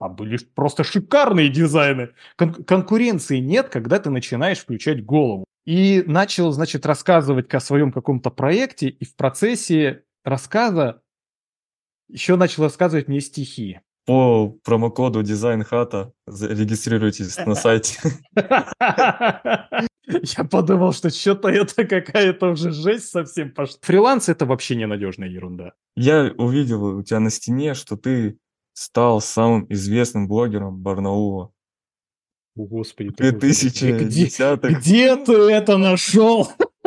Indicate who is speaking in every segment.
Speaker 1: А были просто шикарные дизайны. Конкуренции нет, когда ты начинаешь включать голову. И начал, значит, рассказывать о своем каком-то проекте, и в процессе рассказа еще начал рассказывать мне стихи.
Speaker 2: По промокоду Дизайн Хата регистрируйтесь на сайте.
Speaker 1: Я подумал, что что-то это какая-то уже жесть совсем пошла. Фриланс — это вообще ненадежная ерунда.
Speaker 2: Я увидел у тебя на стене, что ты стал самым известным блогером Барнаула.
Speaker 1: О, Господи
Speaker 2: В
Speaker 1: ты, Господи.
Speaker 2: 2010-х.
Speaker 1: Где ты это нашел?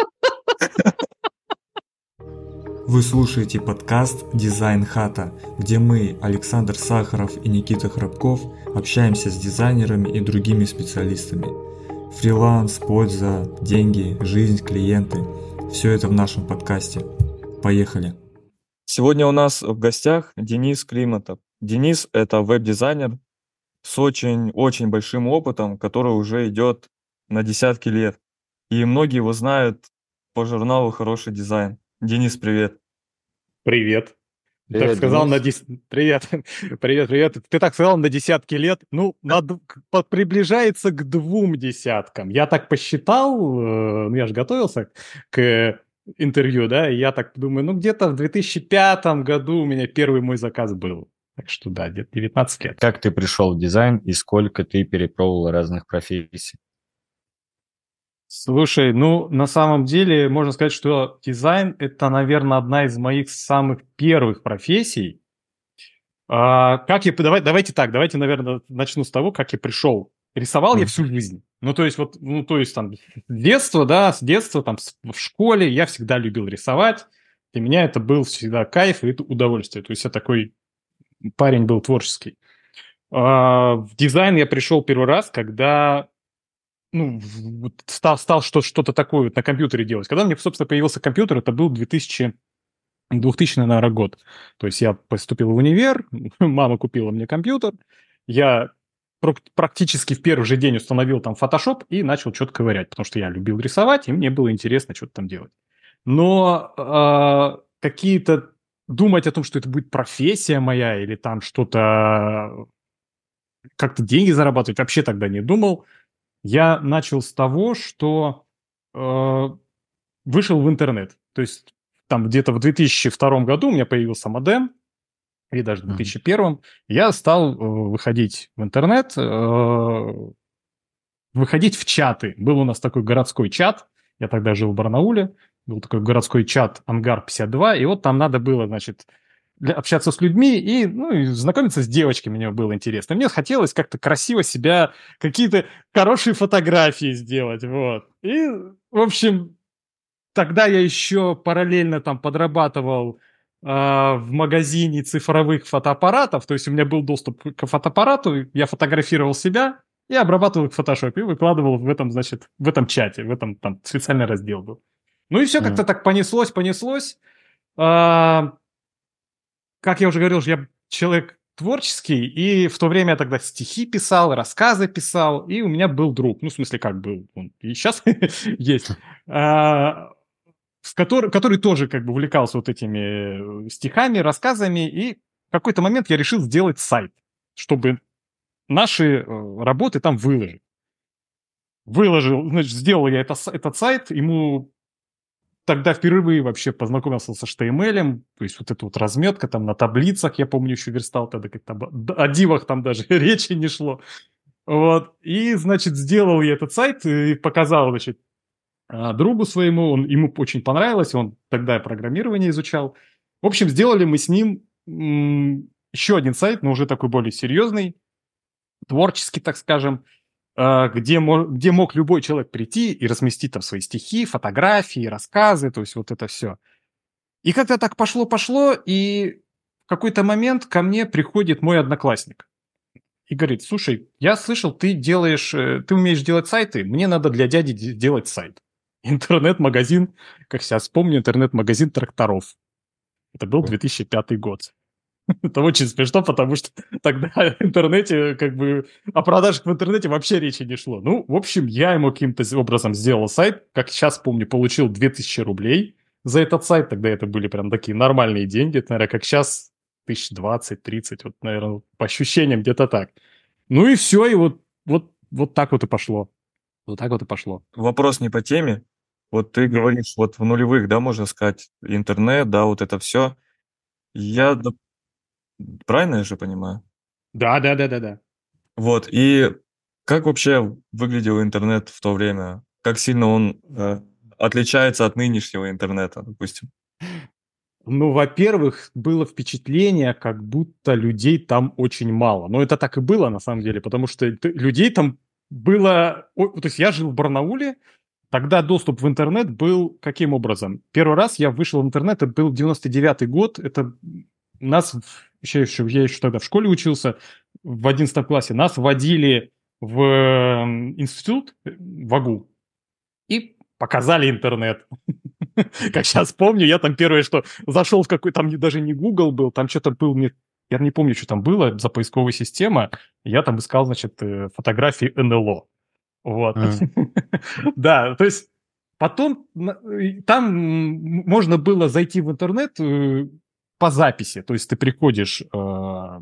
Speaker 3: Вы слушаете подкаст «Дизайн Хата», где мы, Александр Сахаров и Никита Храбков, общаемся с дизайнерами и другими специалистами. Фриланс, польза, деньги, жизнь, клиенты – все это в нашем подкасте. Поехали!
Speaker 2: Сегодня у нас в гостях Денис Климатов. Денис – это веб-дизайнер с очень большим опытом, который уже идет на десятки лет. И многие его знают по журналу «Хороший дизайн». Денис, привет.
Speaker 1: Привет. Так
Speaker 4: Привет,
Speaker 1: сказал
Speaker 4: Денис.
Speaker 1: Привет. Привет. Ты так сказал на десятки лет. Ну, приближается к 2 десяткам. Я так посчитал, я же готовился к интервью, да, и я так думаю, ну, где-то в 2005 году у меня первый мой заказ был. Так что да, где-то 19 лет.
Speaker 4: Как ты пришел в дизайн и сколько ты перепробовал разных профессий?
Speaker 1: Слушай, ну, на самом деле, можно сказать, что дизайн – это, наверное, одна из моих самых первых профессий. Давайте, наверное, начну с того, как я пришел. Рисовал я всю жизнь. Ну, то есть, там, с детства, там, в школе я всегда любил рисовать. Для меня это был всегда кайф и это удовольствие. То есть, я такой парень был творческий. В дизайн я пришел первый раз, когда стал что-то такое вот на компьютере делать. Когда у меня, собственно, появился компьютер, это был 2000, наверное, год. То есть я поступил в универ, мама купила мне компьютер, я практически в первый же день установил там Photoshop и начал что-то ковырять, потому что я любил рисовать, и мне было интересно что-то там делать. Но какие-то думать о том, что это будет профессия моя или там что-то, как-то деньги зарабатывать, вообще тогда не думал. Я начал с того, что вышел в интернет. То есть там где-то в 2002 году у меня появился модем, или даже в 2001. Я стал выходить в интернет, выходить в чаты. Был у нас такой городской чат, я тогда жил в Барнауле, был такой городской чат «Ангар-52», и вот там надо было, значит, общаться с людьми и знакомиться с девочками, мне было интересно. Мне хотелось как-то красиво себя, какие-то хорошие фотографии сделать, вот. И, в общем, тогда я еще параллельно там подрабатывал в магазине цифровых фотоаппаратов, то есть у меня был доступ к фотоаппарату, я фотографировал себя и обрабатывал их в фотошопе и выкладывал в этом, значит, в этом чате, в этом там специальный раздел был. Ну и все как-то так понеслось. Как я уже говорил, я человек творческий, и в то время я тогда стихи писал, рассказы писал, и у меня был друг, ну, в смысле, как был, он и сейчас есть, который тоже как бы увлекался вот этими стихами, рассказами, и в какой-то момент я решил сделать сайт, чтобы наши работы там выложить. Выложил, значит, сделал я этот сайт, ему тогда впервые вообще познакомился с HTML, то есть вот эта вот разметка там на таблицах, я помню, еще верстал тогда, как там о дивах там даже речи не шло. Вот. И, значит, сделал я этот сайт и показал, значит, другу своему, ему очень понравилось, он тогда программирование изучал. В общем, сделали мы с ним еще один сайт, но уже такой более серьезный, творческий, так скажем, где мог любой человек прийти и разместить там свои стихи, фотографии, рассказы, то есть вот это все. И как-то так пошло, и в какой-то момент ко мне приходит мой одноклассник и говорит: слушай, я слышал, ты умеешь делать сайты, мне надо для дяди делать сайт. Интернет-магазин, как сейчас помню, интернет-магазин тракторов. Это был 2005 год. Это очень смешно, потому что тогда в интернете, как бы, о продажах в интернете вообще речи не шло. Ну, в общем, я ему каким-то образом сделал сайт. Как сейчас помню, получил 2000 рублей за этот сайт. Тогда это были прям такие нормальные деньги. Это, наверное, как сейчас 1020-30, вот, наверное, по ощущениям где-то так. Ну и все, и вот так вот и пошло. Вот так вот и пошло.
Speaker 2: Вопрос не по теме. Вот ты говоришь, вот в нулевых, да, можно сказать, интернет, да, вот это все. Я, правильно я же понимаю?
Speaker 1: Да.
Speaker 2: Вот, и как вообще выглядел интернет в то время? Как сильно он отличается от нынешнего интернета, допустим?
Speaker 1: Ну, во-первых, было впечатление, как будто людей там очень мало. Но это так и было, на самом деле, потому что людей там было... То есть я жил в Барнауле, тогда доступ в интернет был каким образом? Первый раз я вышел в интернет, это был 99-й год, это нас, я еще тогда в школе учился, в 11 классе, нас вводили в институт, в АГУ, и показали интернет. Как сейчас помню, я там первое, что зашел в какой-то, там даже не Google был, там что-то был, я не помню, что там было за поисковая система, я там искал, значит, фотографии НЛО. Вот. Да, то есть потом там можно было зайти в интернет по записи, то есть ты приходишь в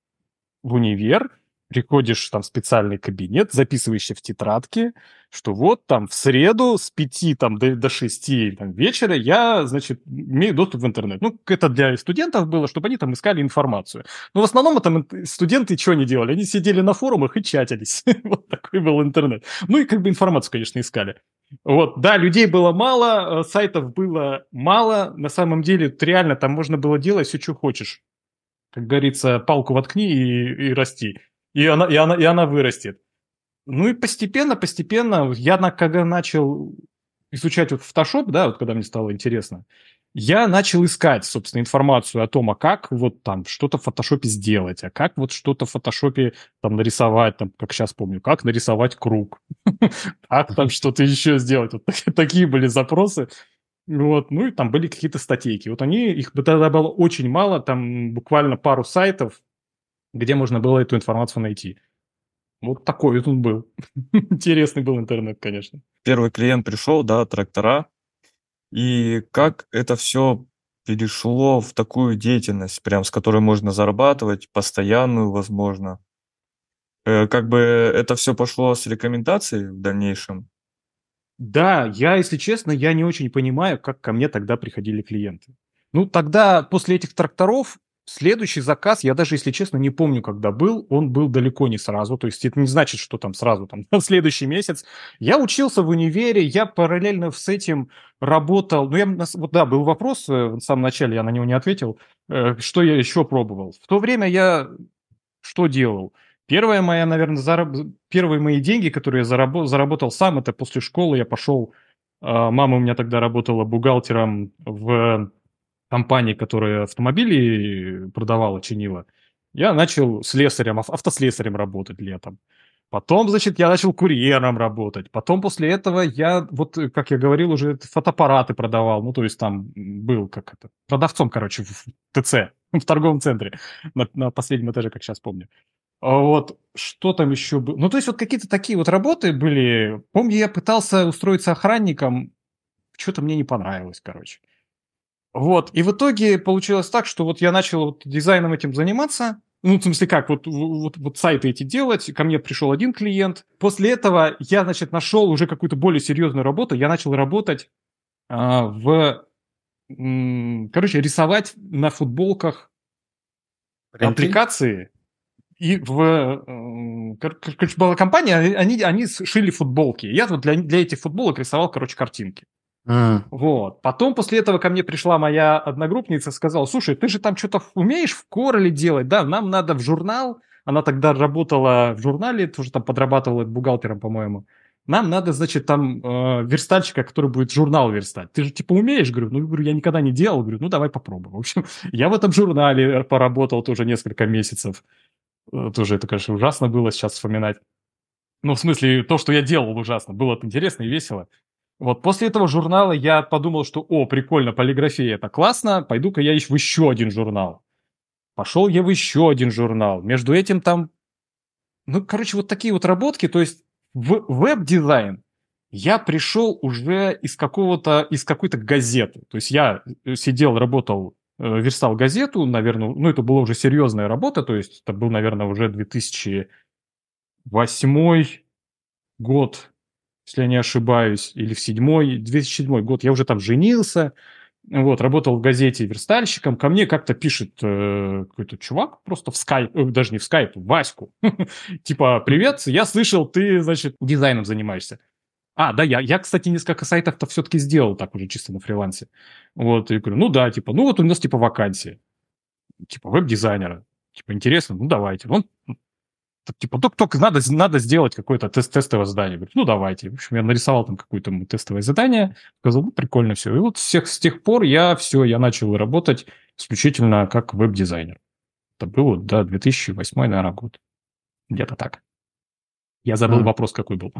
Speaker 1: универ, приходишь там в специальный кабинет, записываешься в тетрадке, что вот там в среду с 5 там, до 6 там, вечера я, значит, имею доступ в интернет. Ну, это для студентов было, чтобы они там искали информацию. Но в основном там студенты что они делали? Они сидели на форумах и чатились. Вот такой был интернет. Ну и как бы информацию, конечно, искали. Вот, да, людей было мало, сайтов было мало. На самом деле, реально там можно было делать все, что хочешь. Как говорится, палку воткни и расти. И она вырастет. Ну и постепенно, я когда начал изучать вот Photoshop, да, вот когда мне стало интересно, я начал искать, собственно, информацию о том, а как вот там что-то в фотошопе сделать, а как вот что-то в фотошопе там нарисовать, там, как сейчас помню, как нарисовать круг, как там что-то еще сделать. Вот такие были запросы. Вот, ну и там были какие-то статейки. Вот их тогда было очень мало, там буквально пару сайтов, где можно было эту информацию найти. Вот такой вот он был. Интересный был интернет, конечно.
Speaker 2: Первый клиент пришел, да, трактора, и как это все перешло в такую деятельность, прям с которой можно зарабатывать, постоянную, возможно. Как бы это все пошло с рекомендацией в дальнейшем.
Speaker 1: Да, если честно, я не очень понимаю, как ко мне тогда приходили клиенты. Ну, тогда после этих тракторов следующий заказ, я даже, если честно, не помню, когда был, он был далеко не сразу, то есть это не значит, что там сразу, там, на следующий месяц. Я учился в универе, я параллельно с этим работал, вот да, был вопрос в самом начале, я на него не ответил, что я еще пробовал. В то время я что делал? Первые мои деньги, которые я заработал сам, это после школы я пошел, мама у меня тогда работала бухгалтером в компании, которая автомобили продавала, чинила. Я начал слесарем, автослесарем работать летом. Потом, значит, я начал курьером работать. Потом после этого я, вот, как я говорил, уже фотоаппараты продавал. Ну, то есть там был продавцом, короче, в ТЦ, в торговом центре на последнем этаже, как сейчас помню. А вот что там еще было? Ну, то есть вот какие-то такие вот работы были. Помню, я пытался устроиться охранником, что-то мне не понравилось, короче. Вот, и в итоге получилось так, что вот я начал вот дизайном этим заниматься. Ну, в смысле как, вот сайты эти делать. Ко мне пришел один клиент. После этого я, значит, нашел уже какую-то более серьезную работу. Я начал работать короче, рисовать на футболках аппликации. И короче, была компания, они шили футболки. Я вот для этих футболок рисовал, короче, картинки. Вот. Потом после этого ко мне пришла моя одногруппница, сказала: слушай, ты же там что-то умеешь в Corel делать, да? Нам надо в журнал. Она тогда работала в журнале, тоже там подрабатывала бухгалтером, по-моему. Нам надо, значит, там верстальщика, который будет журнал верстать. Ты же типа умеешь? Говорю, я никогда не делал. Говорю, ну давай попробуем. В общем, я в этом журнале поработал тоже несколько месяцев. Тоже это, конечно, ужасно было сейчас вспоминать. Ну, в смысле, то, что я делал, ужасно. Было интересно и весело. Вот после этого журнала я подумал, что, прикольно, полиграфия, это классно, пойду-ка я в еще один журнал. Пошел я в еще один журнал. Между этим там, ну, короче, вот такие вот работки, то есть в веб-дизайн я пришел уже из какой-то газеты. То есть я сидел, работал верстал газету, наверное, ну, это была уже серьезная работа, то есть это был, наверное, уже 2008 год, если я не ошибаюсь, или в 2007 год. Я уже там женился, вот, работал в газете верстальщиком. Ко мне как-то пишет какой-то чувак просто в скайп, даже не в скайп, в Ваську. Типа, привет, я слышал, ты, значит, дизайном занимаешься. Да, я, кстати, несколько сайтов-то все-таки сделал так уже чисто на фрилансе. Вот, и говорю, ну да, типа, ну вот у нас типа вакансия, типа веб-дизайнера. Типа, интересно, ну давайте. Он, типа, только надо сделать какое-то тестовое задание. Говорю, ну давайте. В общем, я нарисовал там какое-то тестовое задание, сказал, ну прикольно все. И вот с тех пор я начал работать исключительно как веб-дизайнер. Это было, да, 2008, наверное, год. Где-то так. Я забыл вопрос, какой был.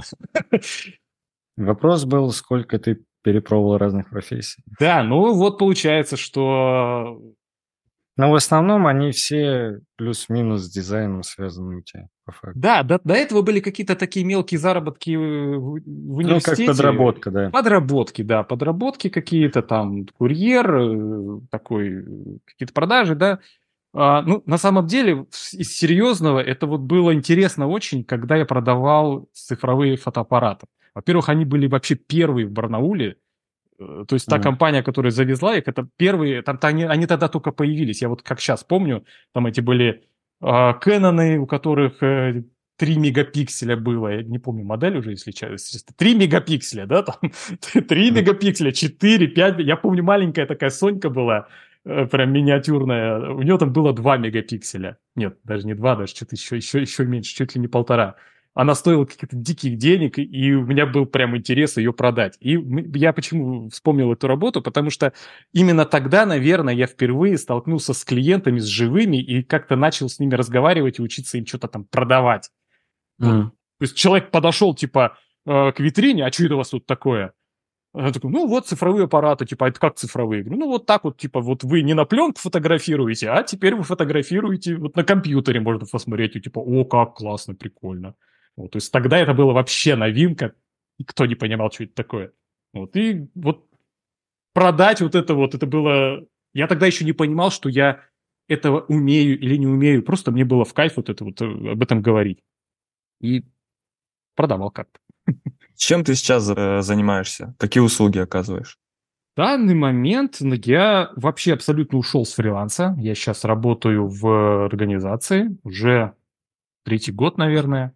Speaker 4: Вопрос был, сколько ты перепробовал разных профессий.
Speaker 1: Да, ну вот получается, что...
Speaker 4: Но в основном они все плюс-минус с дизайном связаны у тебя, по факту.
Speaker 1: Да, до этого были какие-то такие мелкие заработки в университете.
Speaker 4: Ну, как подработка, да.
Speaker 1: Подработки какие-то там, курьер, такой, какие-то продажи, да. Ну, на самом деле, из серьезного, это вот было интересно очень, когда я продавал цифровые фотоаппараты. Во-первых, они были вообще первые в Барнауле. То есть та компания, которая завезла их, это первые, они тогда только появились. Я вот как сейчас помню, там эти были Кэноны, у которых 3 мегапикселя было. Я не помню модель уже, если честно. 3 мегапикселя, да? Там, 3 мегапикселя, 4, 5. Я помню, маленькая такая Сонька была, прям миниатюрная. У нее там было 2 мегапикселя. Нет, даже не 2, даже что-то еще меньше, чуть ли не 1,5. Она стоила каких-то диких денег, и у меня был прям интерес ее продать. И я почему вспомнил эту работу? Потому что именно тогда, наверное, я впервые столкнулся с клиентами, с живыми, и как-то начал с ними разговаривать и учиться им что-то там продавать. Вот. То есть человек подошел, типа, к витрине, а что это у вас тут такое? Я такой, ну вот цифровые аппараты, типа, это как цифровые? Я говорю, ну вот так вот, типа, вот вы не на пленку фотографируете, а теперь вы фотографируете, вот на компьютере можно посмотреть, и типа, о, как классно, прикольно. Вот, то есть тогда это было вообще новинка, никто не понимал, что это такое. Вот, и вот продать вот, это было... Я тогда еще не понимал, что я этого умею или не умею, просто мне было в кайф вот это вот об этом говорить. И продавал как-то.
Speaker 2: Чем ты сейчас занимаешься? Какие услуги оказываешь?
Speaker 1: В данный момент я вообще абсолютно ушел с фриланса. Я сейчас работаю в организации уже 3-й год, наверное.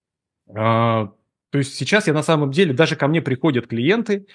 Speaker 1: То есть сейчас я на самом деле, даже ко мне приходят клиенты,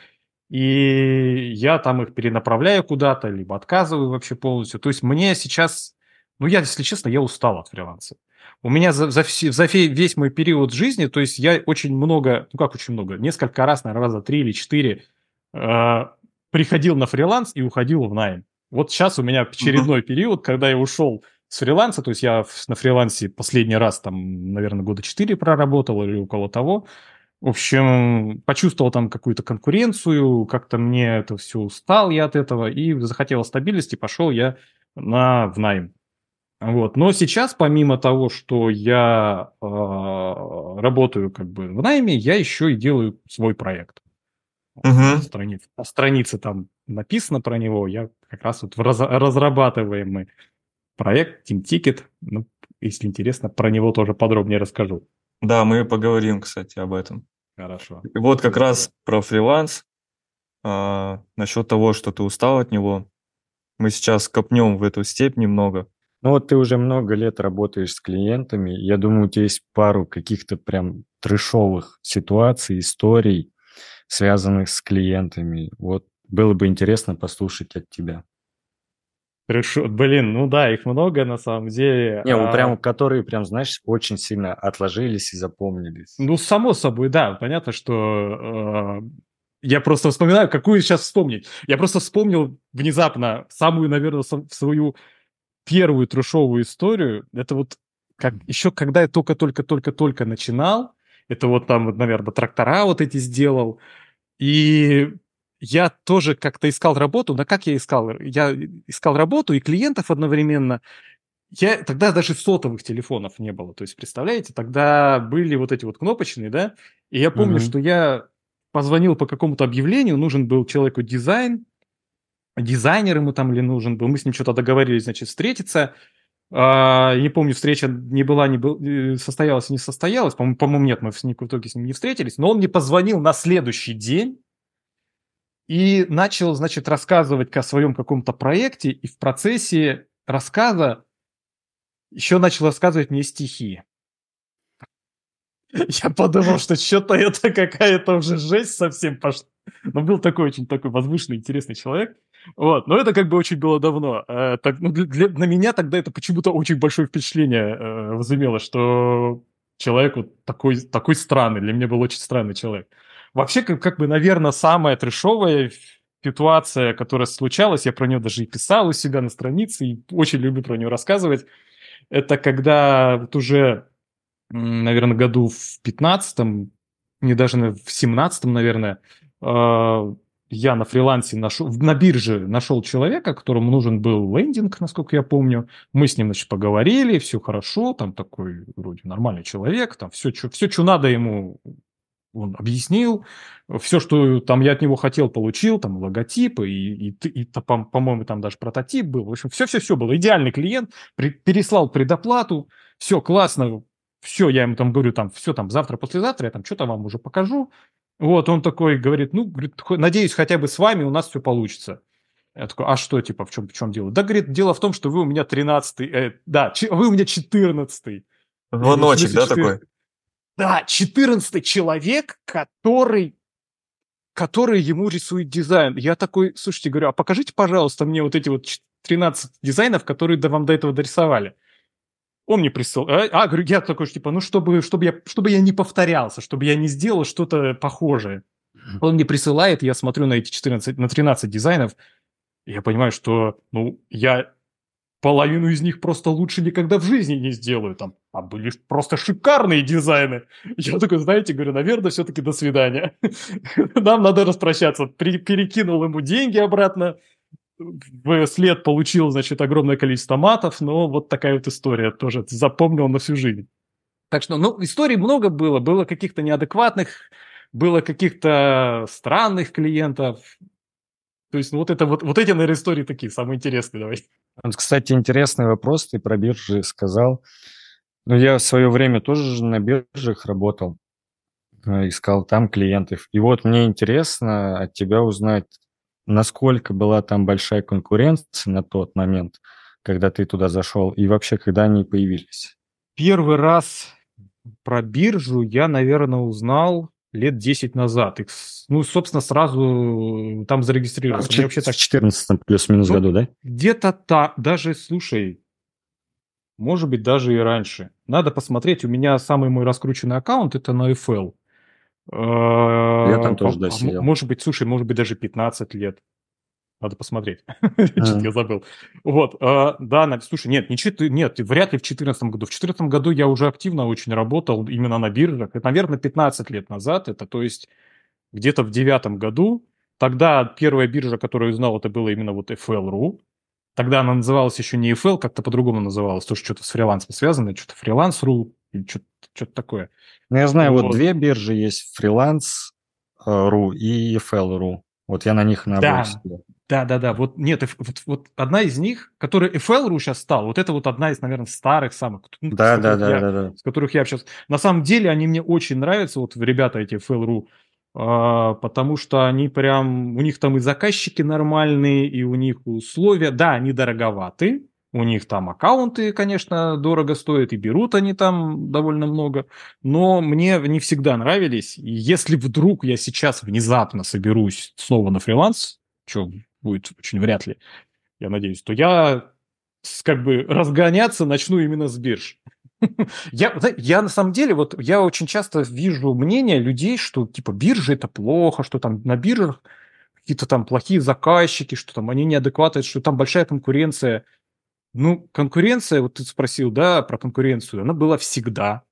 Speaker 1: и я там их перенаправляю куда-то, либо отказываю вообще полностью. То есть мне сейчас, ну я, если честно, я устал от фриланса. У меня весь мой период жизни, то есть я очень много, ну как очень много, несколько раз, наверное, раза 3 или 4 приходил на фриланс и уходил в найм. Вот сейчас у меня очередной период, когда я ушел с фриланса, то есть я на фрилансе последний раз там, наверное, года 4 проработал или около того. В общем, почувствовал там какую-то конкуренцию, как-то мне это все устал я от этого и захотел стабильности, пошел я в найм. Вот. Но сейчас, помимо того, что я работаю как бы в найме, я еще и делаю свой проект. На странице там написано про него, я как раз вот разрабатываемый проект Team Ticket. Ну, если интересно, про него тоже подробнее расскажу.
Speaker 2: Да, мы поговорим, кстати, об этом.
Speaker 1: Хорошо.
Speaker 2: И вот как раз про фриланс, насчет того, что ты устал от него. Мы сейчас копнем в эту степь немного.
Speaker 4: Ну вот ты уже много лет работаешь с клиентами. Я думаю, у тебя есть пару каких-то прям трэшовых ситуаций, историй, связанных с клиентами. Вот было бы интересно послушать от тебя.
Speaker 1: Блин, ну да, их много на самом деле.
Speaker 4: Не, прям, которые прям, знаешь, очень сильно отложились и запомнились.
Speaker 1: Ну, само собой, да. Понятно, что я просто вспоминаю, какую сейчас вспомнить. Я просто вспомнил внезапно самую, наверное, свою первую трэшовую историю. Это вот еще когда я только начинал, это вот там, вот, наверное, трактора вот эти сделал. И я тоже как-то искал работу. Да как я искал? Я искал работу и клиентов одновременно. Тогда даже сотовых телефонов не было. То есть, представляете, тогда были вот эти вот кнопочные, да? И я помню, что я позвонил по какому-то объявлению, нужен был человеку дизайн. дизайнер ему там ли нужен был. Мы с ним что-то договорились, значит, встретиться. Не помню, встреча состоялась, не состоялась. По-моему, нет, мы в итоге с ним не встретились. Но он мне позвонил на следующий день и начал, значит, рассказывать о своем каком-то проекте. И в процессе рассказа еще начал рассказывать мне стихи. Я подумал, что что-то это какая-то уже жесть совсем пошла. Но был такой очень такой возвышенный, интересный человек. Вот. Но это как бы очень было давно. На меня тогда это почему-то очень большое впечатление возымело, что человек вот такой странный. Для меня был очень странный человек. Вообще, как бы, наверное, самая трешовая ситуация, которая случалась, я про нее даже и писал у себя на странице, и очень люблю про нее рассказывать, это когда вот уже, наверное, году в 15-м, не даже в 17-м, наверное, я на фрилансе на бирже нашел человека, которому нужен был лендинг, насколько я помню. Мы с ним, значит, поговорили, все хорошо, там такой вроде нормальный человек, там все, что надо ему, он объяснил. Все, что там я от него хотел, получил, там логотипы по-моему, там даже прототип был. В общем, все было. Идеальный клиент, переслал предоплату, все классно, все, я ему там говорю, там, все, там, завтра, послезавтра, я там что-то вам уже покажу. Вот, он такой говорит, надеюсь, хотя бы с вами у нас все получится. Я такой, а что, типа, в чем дело? Да, говорит, дело в том, что вы у меня 13-й, вы у меня 14-й.
Speaker 2: Звоночек, да, такой?
Speaker 1: Да, 14-й человек, который ему рисует дизайн. Я такой, слушайте, говорю, а покажите, пожалуйста, мне вот эти вот 13 дизайнов, которые вам до этого дорисовали. Он мне прислал. Говорю, я такой, типа, чтобы я не повторялся, чтобы я не сделал что-то похожее. Он мне присылает, я смотрю на эти 13 дизайнов, и я понимаю, что, я половину из них просто лучше никогда в жизни не сделаю. Там, были просто шикарные дизайны. Я такой, знаете, говорю, наверное, все-таки до свидания. Нам надо распрощаться. Перекинул ему деньги обратно. Вслед получил, значит, огромное количество матов, но вот такая вот история тоже запомнил на всю жизнь. Так что, историй много было. Было каких-то неадекватных, было каких-то странных клиентов. То есть, вот эти, наверное, истории такие, самые интересные, давай.
Speaker 4: Вот, кстати, интересный вопрос, ты про биржи сказал. Я в свое время тоже на биржах работал, искал там клиентов. И вот мне интересно от тебя узнать, насколько была там большая конкуренция на тот момент, когда ты туда зашел, и вообще, когда они появились?
Speaker 1: Первый раз про биржу я, наверное, узнал лет 10 назад. И, собственно, сразу там зарегистрировался.
Speaker 4: В 14-м плюс-минус году, да?
Speaker 1: Где-то так. Даже, слушай, может быть, даже и раньше. Надо посмотреть. У меня самый мой раскрученный аккаунт – это на FL.
Speaker 4: Я там тоже досидел.
Speaker 1: Может быть, даже 15 лет. Надо посмотреть. Что-то я забыл. Вот, да, слушай, нет, вряд ли в 2014 году. В 2014 году я уже активно очень работал именно на биржах. Это, наверное, 15 лет назад. Это, то есть, где-то в 2009 году. Тогда первая биржа, которую я узнал, это было именно вот FL.ru. Тогда она называлась еще не FL, как-то по-другому называлась. Тоже что-то с фрилансом связано. Что-то Freelance.ru или что-то такое.
Speaker 4: Я знаю, вот две биржи есть. Freelance.ru и FL.ru. Вот я на них на обоих сидел.
Speaker 1: Да. Вот нет, вот одна из них, которая FL.ru сейчас стала, вот это вот одна из, наверное, старых самых, с которых я общался. На самом деле они мне очень нравятся, вот ребята эти FL.ru, потому что они прям, у них там и заказчики нормальные, и у них условия, да, они дороговаты, у них там аккаунты, конечно, дорого стоят, и берут они там довольно много, но мне не всегда нравились. И если вдруг я сейчас внезапно соберусь снова на фриланс, что будет очень вряд ли, я надеюсь, то я как бы разгоняться начну именно с бирж. Я на самом деле, вот я очень часто вижу мнение людей, что типа биржа это плохо, что там на биржах какие-то там плохие заказчики, что там они неадекватные, что там большая конкуренция. Конкуренция, вот ты спросил, да, про конкуренцию, она была всегда.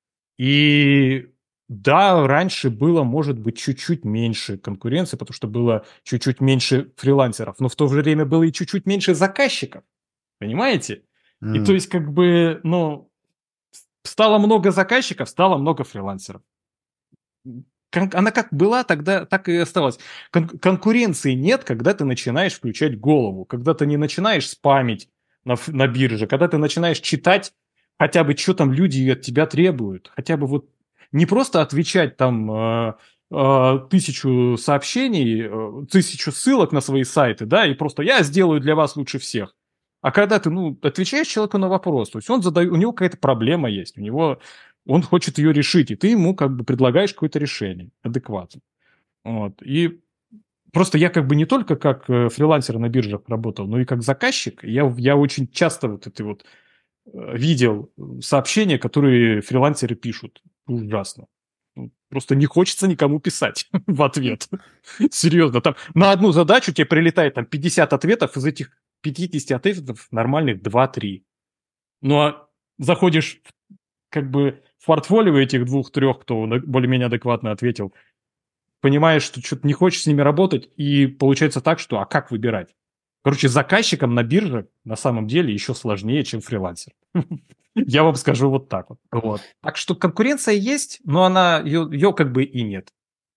Speaker 1: И да, раньше было, может быть, чуть-чуть меньше конкуренции, потому что было чуть-чуть меньше фрилансеров, но в то же время было и чуть-чуть меньше заказчиков. Понимаете? И то есть, как бы, стало много заказчиков, стало много фрилансеров. она как была, тогда так и осталась. Конкуренции нет, когда ты начинаешь включать голову, когда ты не начинаешь спамить на бирже, когда ты начинаешь читать хотя бы, что там люди от тебя требуют, хотя бы вот не просто отвечать там 1000 сообщений, 1000 ссылок на свои сайты, да, и просто я сделаю для вас лучше всех. А когда ты, отвечаешь человеку на вопрос, то есть у него какая-то проблема есть, он хочет ее решить, и ты ему как бы предлагаешь какое-то решение адекватно. Вот. И просто я как бы не только как фрилансер на биржах работал, но и как заказчик. Я очень часто вот это вот видел сообщения, которые фрилансеры пишут. Ужасно. Просто не хочется никому писать в ответ. Серьезно, там на одну задачу тебе прилетает там 50 ответов, из этих 50 ответов нормальных 2-3. Ну а заходишь как бы в портфолио этих 2-3, кто более-менее адекватно ответил, понимаешь, что что-то не хочешь с ними работать, и получается так, что а как выбирать? Короче, заказчикам на бирже на самом деле еще сложнее, чем фрилансер. Я вам скажу вот так вот. Вот. Так что конкуренция есть, но ее как бы и нет.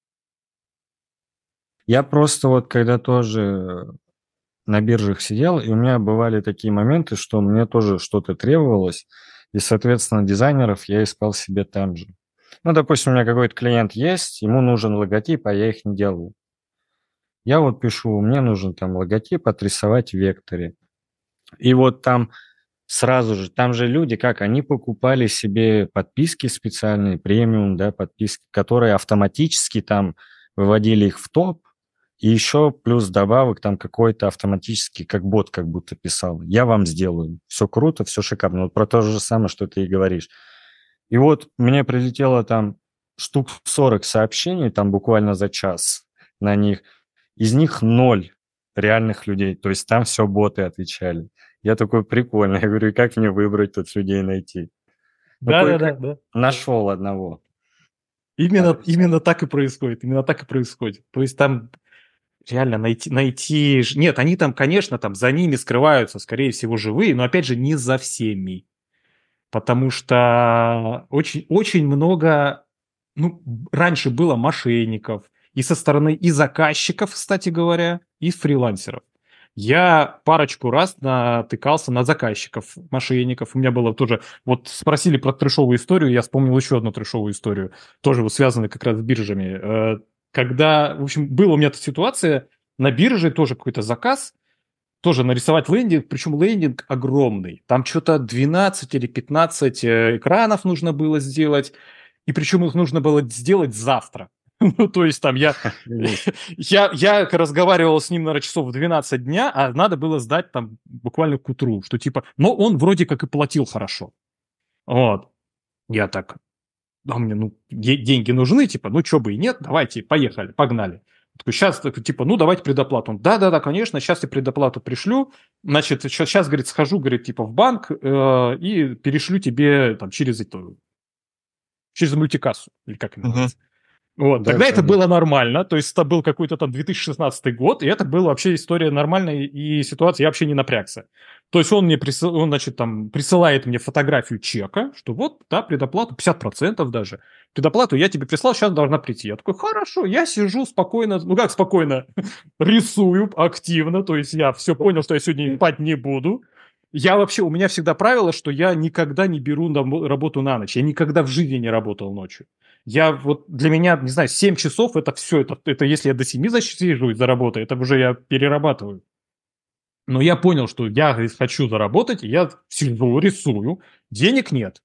Speaker 4: Я просто вот когда тоже на биржах сидел, и у меня бывали такие моменты, что мне тоже что-то требовалось, и, соответственно, дизайнеров я искал себе там же. Ну, допустим, у меня какой-то клиент есть, ему нужен логотип, а я их не делаю. Я вот пишу, мне нужен там логотип отрисовать в векторе. И вот там сразу же, там же люди, как, они покупали себе подписки специальные, премиум, да, подписки, которые автоматически там выводили их в топ, и еще плюс добавок там какой-то автоматически, как бот как будто писал. Я вам сделаю. Все круто, все шикарно. Вот про то же самое, что ты и говоришь. И вот мне прилетело там штук 40 сообщений, там буквально за час на них. Из них 0 реальных людей. То есть там все боты отвечали. Я такой, прикольно. Я говорю, как мне выбрать тут людей найти?
Speaker 1: Да.
Speaker 4: Нашел одного.
Speaker 1: Именно так и происходит. Именно так и происходит. То есть там реально найти... Нет, они там, конечно, там за ними скрываются, скорее всего, живые, но, опять же, не за всеми. Потому что очень, очень много... раньше было мошенников и со стороны и заказчиков, кстати говоря, и фрилансеров. Я парочку раз натыкался на заказчиков, мошенников. У меня было тоже... Вот спросили про трэшовую историю, я вспомнил еще одну трэшовую историю, тоже вот связанную как раз с биржами. Когда, в общем, была у меня эта ситуация, на бирже тоже какой-то заказ, тоже нарисовать лендинг, причем лендинг огромный. Там что-то 12 или 15 экранов нужно было сделать, и причем их нужно было сделать завтра. Ну, то есть там я разговаривал с ним, наверное, часов в 12 дня, а надо было сдать там буквально к утру, что типа... Но он вроде как и платил хорошо. Вот. Я так... А мне, деньги нужны, типа, что бы и нет, давайте, поехали, погнали. Такой, сейчас, типа, давайте предоплату. Он, да, конечно, сейчас я предоплату пришлю. Значит, сейчас, говорит, схожу, говорит, типа, в банк и перешлю тебе там через мультикассу, или как это называется. Вот,
Speaker 4: Да,
Speaker 1: тогда это
Speaker 4: да.
Speaker 1: было нормально, то есть это был какой-то там 2016 год, и это была вообще история нормальная, и ситуация, я вообще не напрягся. То есть он значит, там, присылает мне фотографию чека, что вот, да, предоплату, 50% даже. Предоплату я тебе прислал, сейчас должна прийти. Я такой, хорошо, я сижу спокойно, как спокойно, рисую активно, то есть я все понял, что я сегодня спать не буду. У меня всегда правило, что я никогда не беру работу на ночь, я никогда в жизни не работал ночью. Для меня, не знаю, 7 часов это все, это если я до 7 засиживаюсь за работой, это уже я перерабатываю. Но я понял, что я хочу заработать, и я сижу, рисую, денег нет.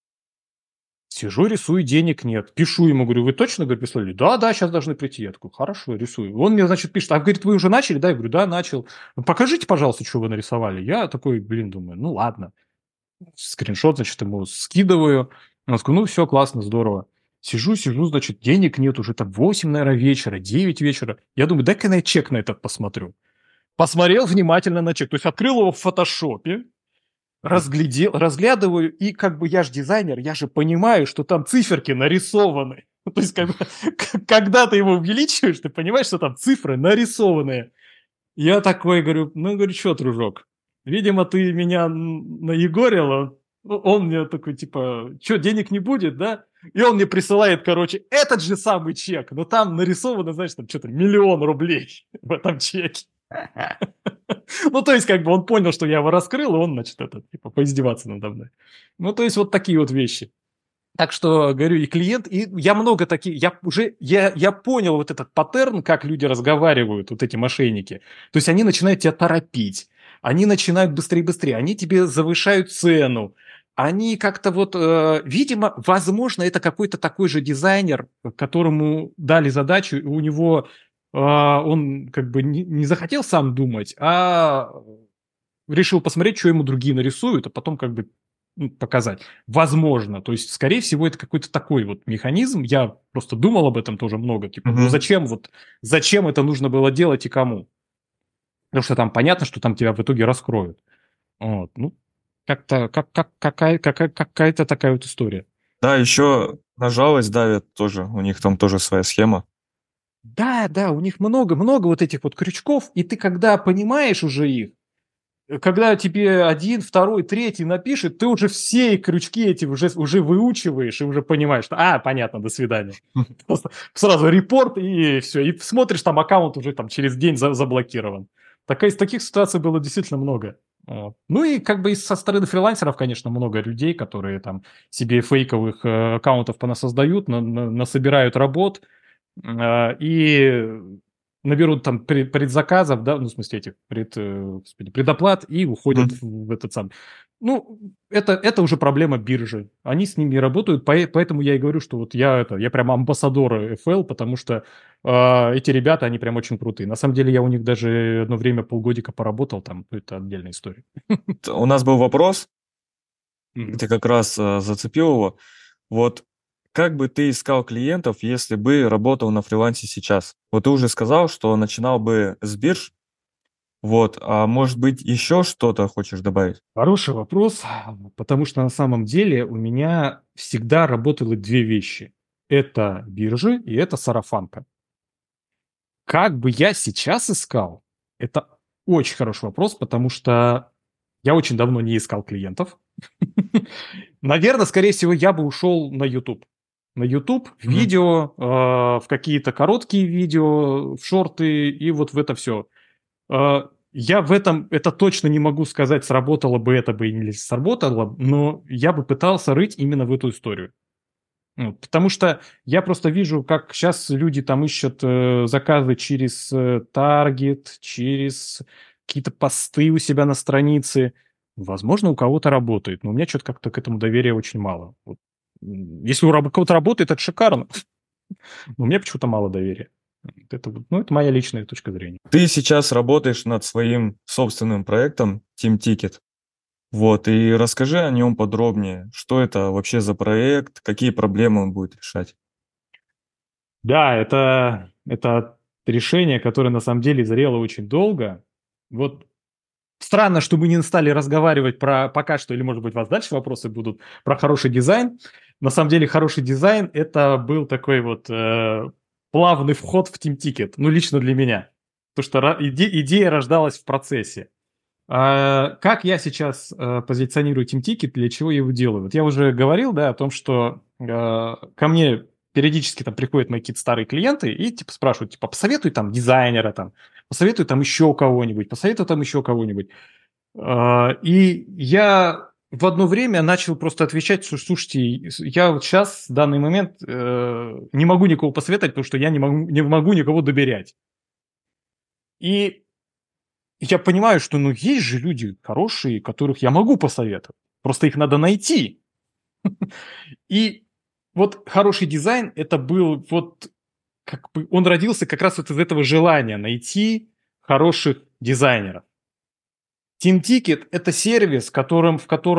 Speaker 1: Сижу, рисую, денег нет. Пишу ему, говорю, вы точно, говорю, прислали? Да, сейчас должны прийти. Я такой, хорошо, рисую. Он мне, значит, пишет, говорит, вы уже начали? Да, я говорю, да, начал. Покажите, пожалуйста, что вы нарисовали. Я такой, думаю, ладно. Скриншот, значит, ему скидываю. Он такой, все, классно, здорово. Сижу, значит, денег нет, уже там 8, наверное, вечера, 9 вечера. Я думаю, дай-ка я чек на этот посмотрю. Посмотрел внимательно на чек. То есть открыл его в фотошопе, разглядываю, и как бы я же дизайнер, я же понимаю, что там циферки нарисованы. То есть, когда ты его увеличиваешь, ты понимаешь, что там цифры нарисованные. Я такой говорю, что, дружок, видимо, ты меня наегорил, Он мне такой, типа, что, денег не будет, да? И он мне присылает, короче, этот же самый чек, но там нарисовано, знаешь, там что-то 1 000 000 рублей в этом чеке. Ну, то есть, как бы он понял, что я его раскрыл, и он, значит, это, типа, поиздеваться надо мной. Ну, то есть, вот такие вот вещи. Так что, говорю, и клиент, и я много таких, я понял вот этот паттерн, как люди разговаривают, вот эти мошенники. То есть, они начинают тебя торопить, они начинают быстрее, они тебе завышают цену, они как-то вот, видимо, возможно, это какой-то такой же дизайнер, которому дали задачу, и у него он как бы не захотел сам думать, а решил посмотреть, что ему другие нарисуют, а потом как бы показать. Возможно. То есть, скорее всего, это какой-то такой вот механизм. Я просто думал об этом тоже много. Типа, ну зачем это нужно было делать и кому? Потому что там понятно, что там тебя в итоге раскроют. Вот. Ну, какая-то такая вот история.
Speaker 2: Да, еще на жалость давят тоже. У них там тоже своя схема.
Speaker 1: Да, у них много вот этих вот крючков, и ты когда понимаешь уже их, когда тебе 1, 2, 3 напишет, ты уже все крючки эти уже выучиваешь и уже понимаешь, что, понятно, до свидания. Просто сразу репорт и все. И смотришь, там аккаунт уже там через день заблокирован. Таких ситуаций было действительно много. Вот. Ну и как бы со стороны фрилансеров, конечно, много людей, которые там себе фейковых аккаунтов понасоздают, насобирают работ, и наберут там предзаказов, да, ну, в смысле этих предоплат и уходят в этот сам. Ну, это уже проблема биржи. Они с ними работают, поэтому я и говорю, что вот я прям амбассадор FL, потому что эти ребята, они прям очень крутые. На самом деле я у них даже одно время полгодика поработал там, это отдельная история.
Speaker 2: У нас был вопрос, ты как раз зацепил его. Вот как бы ты искал клиентов, если бы работал на фрилансе сейчас? Вот ты уже сказал, что начинал бы с бирж. Вот, а может быть еще что-то хочешь добавить?
Speaker 1: Хороший вопрос, потому что на самом деле у меня всегда работало 2 вещи. Это биржи и это сарафанка. Как бы я сейчас искал? Это очень хороший вопрос, потому что я очень давно не искал клиентов. Наверное, скорее всего, я бы ушел на YouTube. На YouTube, в видео, в какие-то короткие видео, в шорты и вот в это все. Я в этом, это точно не могу сказать, сработало бы это бы или не сработало, но я бы пытался рыть именно в эту историю. Потому что я просто вижу, как сейчас люди там ищут заказы через Target, через какие-то посты у себя на странице. Возможно, у кого-то работает, но у меня что-то как-то к этому доверия очень мало. Вот. Если у кого-то работает, это шикарно. Но у меня почему-то мало доверия. Это моя личная точка зрения.
Speaker 2: Ты сейчас работаешь над своим собственным проектом Team Ticket. Вот, и расскажи о нем подробнее. Что это вообще за проект, какие проблемы он будет решать?
Speaker 1: Да, это решение, которое на самом деле зрело очень долго. Вот странно, что мы не стали разговаривать про пока что, или, может быть, у вас дальше вопросы будут, про хороший дизайн. На самом деле, хороший дизайн – это был такой вот плавный вход в Team Ticket, ну, лично для меня. Потому что идея рождалась в процессе. Как я сейчас позиционирую Team Ticket, для чего я его делаю? Вот я уже говорил, да, о том, что ко мне периодически там приходят мои какие-то старые клиенты и типа спрашивают, типа, посоветуй там дизайнера, там, посоветуй там еще кого-нибудь, посоветуй там еще кого-нибудь. И я в одно время начал просто отвечать, что, слушайте, я вот сейчас, в данный момент, не могу никого посоветовать, потому что я не могу никого доверять. И я понимаю, что есть же люди хорошие, которых я могу посоветовать. Просто их надо найти. И вот хороший дизайн, это был вот, как бы, он родился как раз вот из этого желания найти хороших дизайнеров. Team Ticket – это сервис, в котором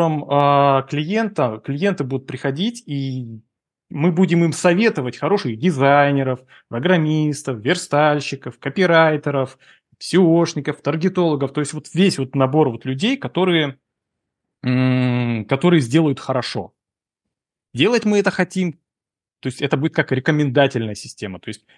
Speaker 1: клиенты будут приходить, и мы будем им советовать хороших дизайнеров, программистов, верстальщиков, копирайтеров, SEOшников, таргетологов. То есть вот весь вот набор вот людей, которые сделают хорошо. Делать мы это хотим, то есть это будет как рекомендательная система. То есть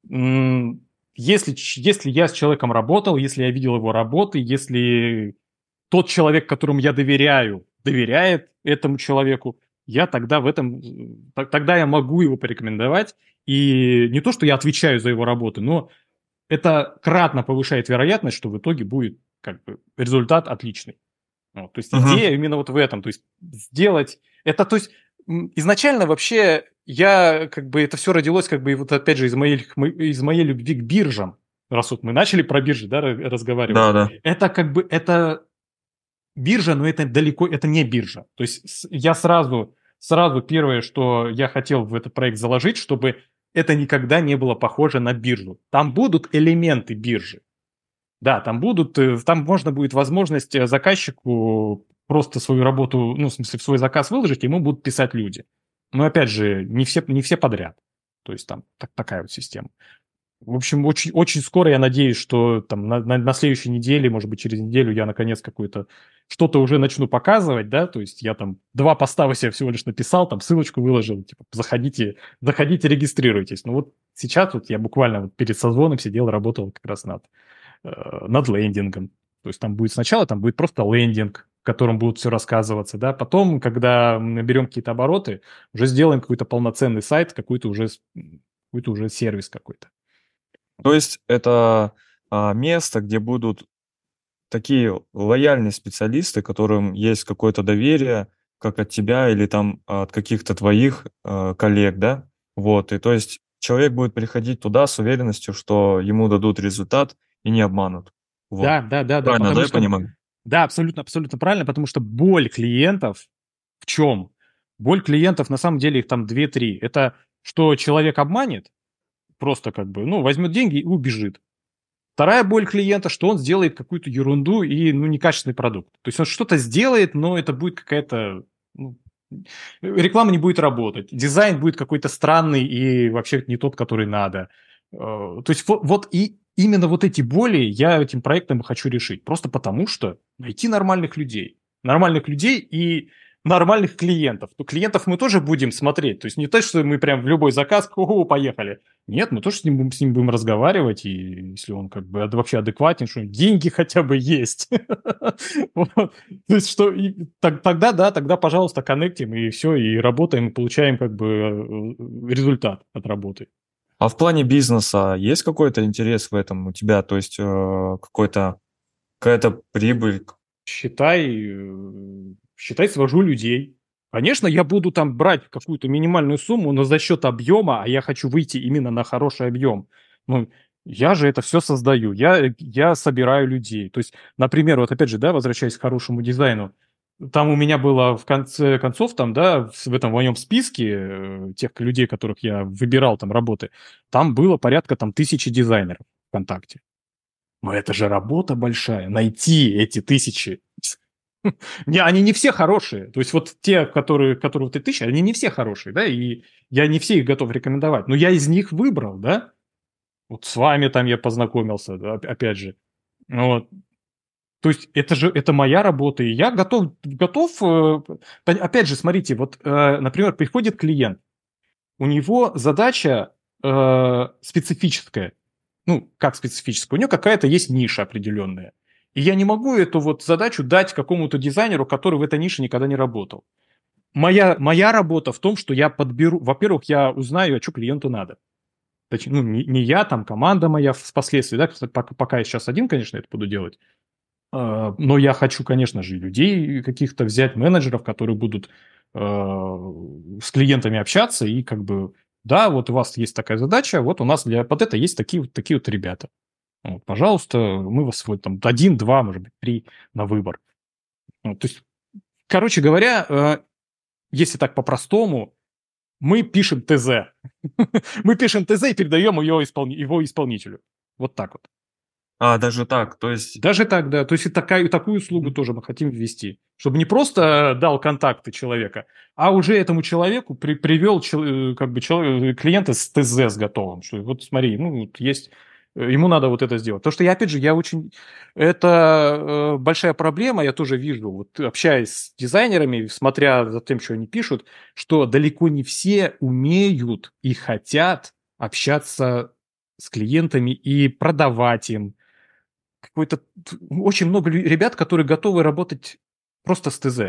Speaker 1: если я с человеком работал, если я видел его работы, если тот человек, которому я доверяю, доверяет этому человеку, я тогда тогда я могу его порекомендовать. И не то, что я отвечаю за его работу, но это кратно повышает вероятность, что в итоге будет как бы результат отличный. Вот, то есть
Speaker 2: Мгм.
Speaker 1: идея именно вот в этом, то есть сделать это, то есть изначально вообще я как бы это все родилось как бы и вот опять же из моей любви к биржам, раз вот мы начали про биржи, да, разговаривать.
Speaker 2: Да, да.
Speaker 1: Это как бы это биржа, но это далеко, это не биржа. То есть я сразу первое, что я хотел в этот проект заложить, чтобы это никогда не было похоже на биржу. Там будут элементы биржи. Да, там можно будет возможность заказчику просто свою работу, ну, в смысле, в свой заказ выложить, ему будут писать люди. Но опять же, не все подряд. То есть там такая вот система. В общем, очень, очень скоро я надеюсь, что там на следующей неделе, может быть, через неделю я наконец что-то уже начну показывать, да, то есть я там 2 поста у себя всего лишь написал, там ссылочку выложил, типа, заходите, регистрируйтесь. Ну вот сейчас вот я буквально вот перед созвоном сидел, работал как раз над лендингом. То есть там будет просто лендинг, в котором будут все рассказываться, да, потом, когда мы наберем какие-то обороты, уже сделаем какой-то полноценный сайт, какой-то уже сервис какой-то.
Speaker 2: То есть это место, где будут такие лояльные специалисты, которым есть какое-то доверие, как от тебя или там от каких-то твоих коллег, да? Вот, и то есть человек будет приходить туда с уверенностью, что ему дадут результат и не обманут. Вот.
Speaker 1: Да,
Speaker 2: Правильно, да,
Speaker 1: потому
Speaker 2: я
Speaker 1: что,
Speaker 2: понимаю?
Speaker 1: да, абсолютно, абсолютно правильно, потому что боль клиентов в чем? Боль клиентов, на самом деле, их там две-три. Это что человек обманет, просто как бы, ну, возьмет деньги и убежит. Вторая боль клиента, что он сделает какую-то ерунду и, ну, некачественный продукт. То есть он что-то сделает, но это будет какая-то, ну, реклама не будет работать, дизайн будет какой-то странный и вообще не тот, который надо. То есть вот и именно вот эти боли я этим проектом хочу решить. Просто потому, что найти нормальных людей и нормальных клиентов. То клиентов мы тоже будем смотреть. То есть не то, что мы прям в любой заказ, поехали. Нет, мы тоже с ним будем разговаривать, и если он как бы вообще адекватен, что деньги хотя бы есть. Вот. То есть что тогда, да, тогда, пожалуйста, коннектим, и все, и работаем, и получаем как бы результат от работы.
Speaker 2: А в плане бизнеса есть какой-то интерес в этом у тебя? То есть какая-то прибыль?
Speaker 1: Считай, свожу людей. Конечно, я буду там брать какую-то минимальную сумму, но за счет объема, а я хочу выйти именно на хороший объем. Ну, я же это все создаю, я собираю людей. То есть, например, вот опять же, да, возвращаясь к хорошему дизайну, там у меня было в конце концов, там, да, в этом моем списке тех людей, которых я выбирал там работы, там было порядка там 1000 дизайнеров ВКонтакте. Но это же работа большая, найти эти 1000. Они не все хорошие. То есть вот те, которые вот эти 1000, они не все хорошие, да, и я не все их готов рекомендовать. Но я из них выбрал, да. Вот с вами там я познакомился, да, опять же. Вот. То есть это моя работа, и я готов. Опять же, смотрите, вот, например, приходит клиент, у него задача специфическая. Ну, как специфическая? У него какая-то есть ниша определенная. И я не могу эту вот задачу дать какому-то дизайнеру, который в этой нише никогда не работал. Моя работа в том, что я подберу, во-первых, я узнаю, а что клиенту надо. Точнее, ну, не я, там команда моя впоследствии, да, пока я сейчас один, конечно, это буду делать. Но я хочу, конечно же, людей каких-то взять, менеджеров, которые будут с клиентами общаться и как бы, да, вот у вас есть такая задача, вот у нас под это есть такие вот ребята. Вот, пожалуйста, мы вас вот там 1, 2, может быть, 3 на выбор. Вот, то есть, короче говоря, если так по-простому, мы пишем ТЗ. Мы пишем ТЗ и передаем его исполнителю. Вот так вот.
Speaker 2: Даже так, то есть...
Speaker 1: Даже так, да. То есть и такую услугу тоже мы хотим ввести. Чтобы не просто дал контакты человека, а уже этому человеку привел как бы клиента с ТЗ с готовым. Что вот смотри, ну вот есть, ему надо вот это сделать. Потому что я, опять же, это большая проблема, я тоже вижу, вот общаясь с дизайнерами, смотря за тем, что они пишут, что далеко не все умеют и хотят общаться с клиентами и продавать им, очень много ребят, которые готовы работать просто с ТЗ.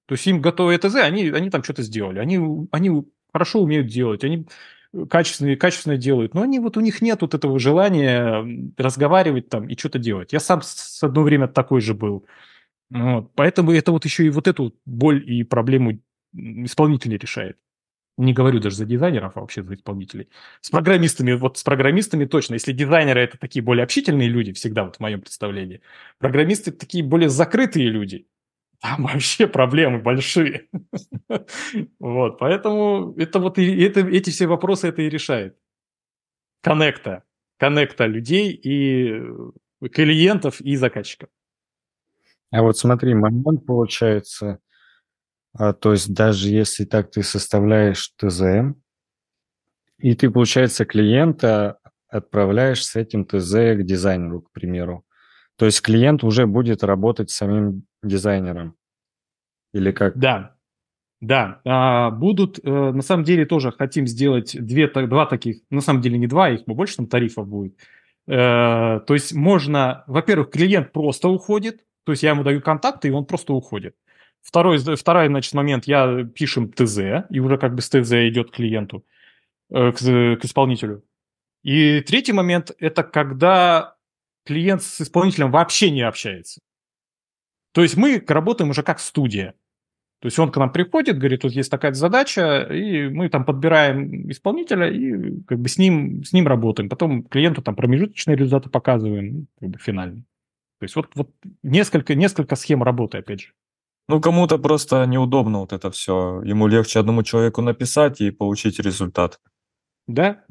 Speaker 1: То есть им готовые ТЗ, они там что-то сделали. Они хорошо умеют делать, они качественно делают. Но у них нет вот этого желания разговаривать там и что-то делать. Я сам с одно время такой же был. Вот. Поэтому это вот еще и вот эту боль и проблему исполнитель решает. Не говорю даже за дизайнеров, а вообще за исполнителей. С программистами точно. Если дизайнеры это такие более общительные люди, всегда вот в моем представлении, программисты такие более закрытые люди. Там вообще проблемы большие. Вот, поэтому эти все вопросы это и решает. Коннекта людей и клиентов и заказчиков.
Speaker 4: А вот смотри, момент получается, то есть даже если так ты составляешь ТЗ, и ты, получается, клиента отправляешь с этим ТЗ к дизайнеру, к примеру. То есть клиент уже будет работать с самим дизайнером. Или как?
Speaker 1: Да. Будут, на самом деле, тоже хотим сделать два таких, на самом деле не два, их больше там тарифов будет. То есть можно, во-первых, клиент просто уходит, то есть я ему даю контакты, и он просто уходит. Второй, значит, момент, пишем ТЗ, и уже как бы с ТЗ идет к клиенту, к исполнителю. И третий момент, это когда клиент с исполнителем вообще не общается. То есть мы работаем уже как студия. То есть он к нам приходит, говорит, вот есть такая задача, и мы там подбираем исполнителя и как бы с ним работаем. Потом клиенту там промежуточные результаты показываем, как бы финальный. То есть вот несколько схем работы, опять же.
Speaker 2: Ну, кому-то просто неудобно вот это все. Ему легче одному человеку написать и получить результат.
Speaker 1: Да.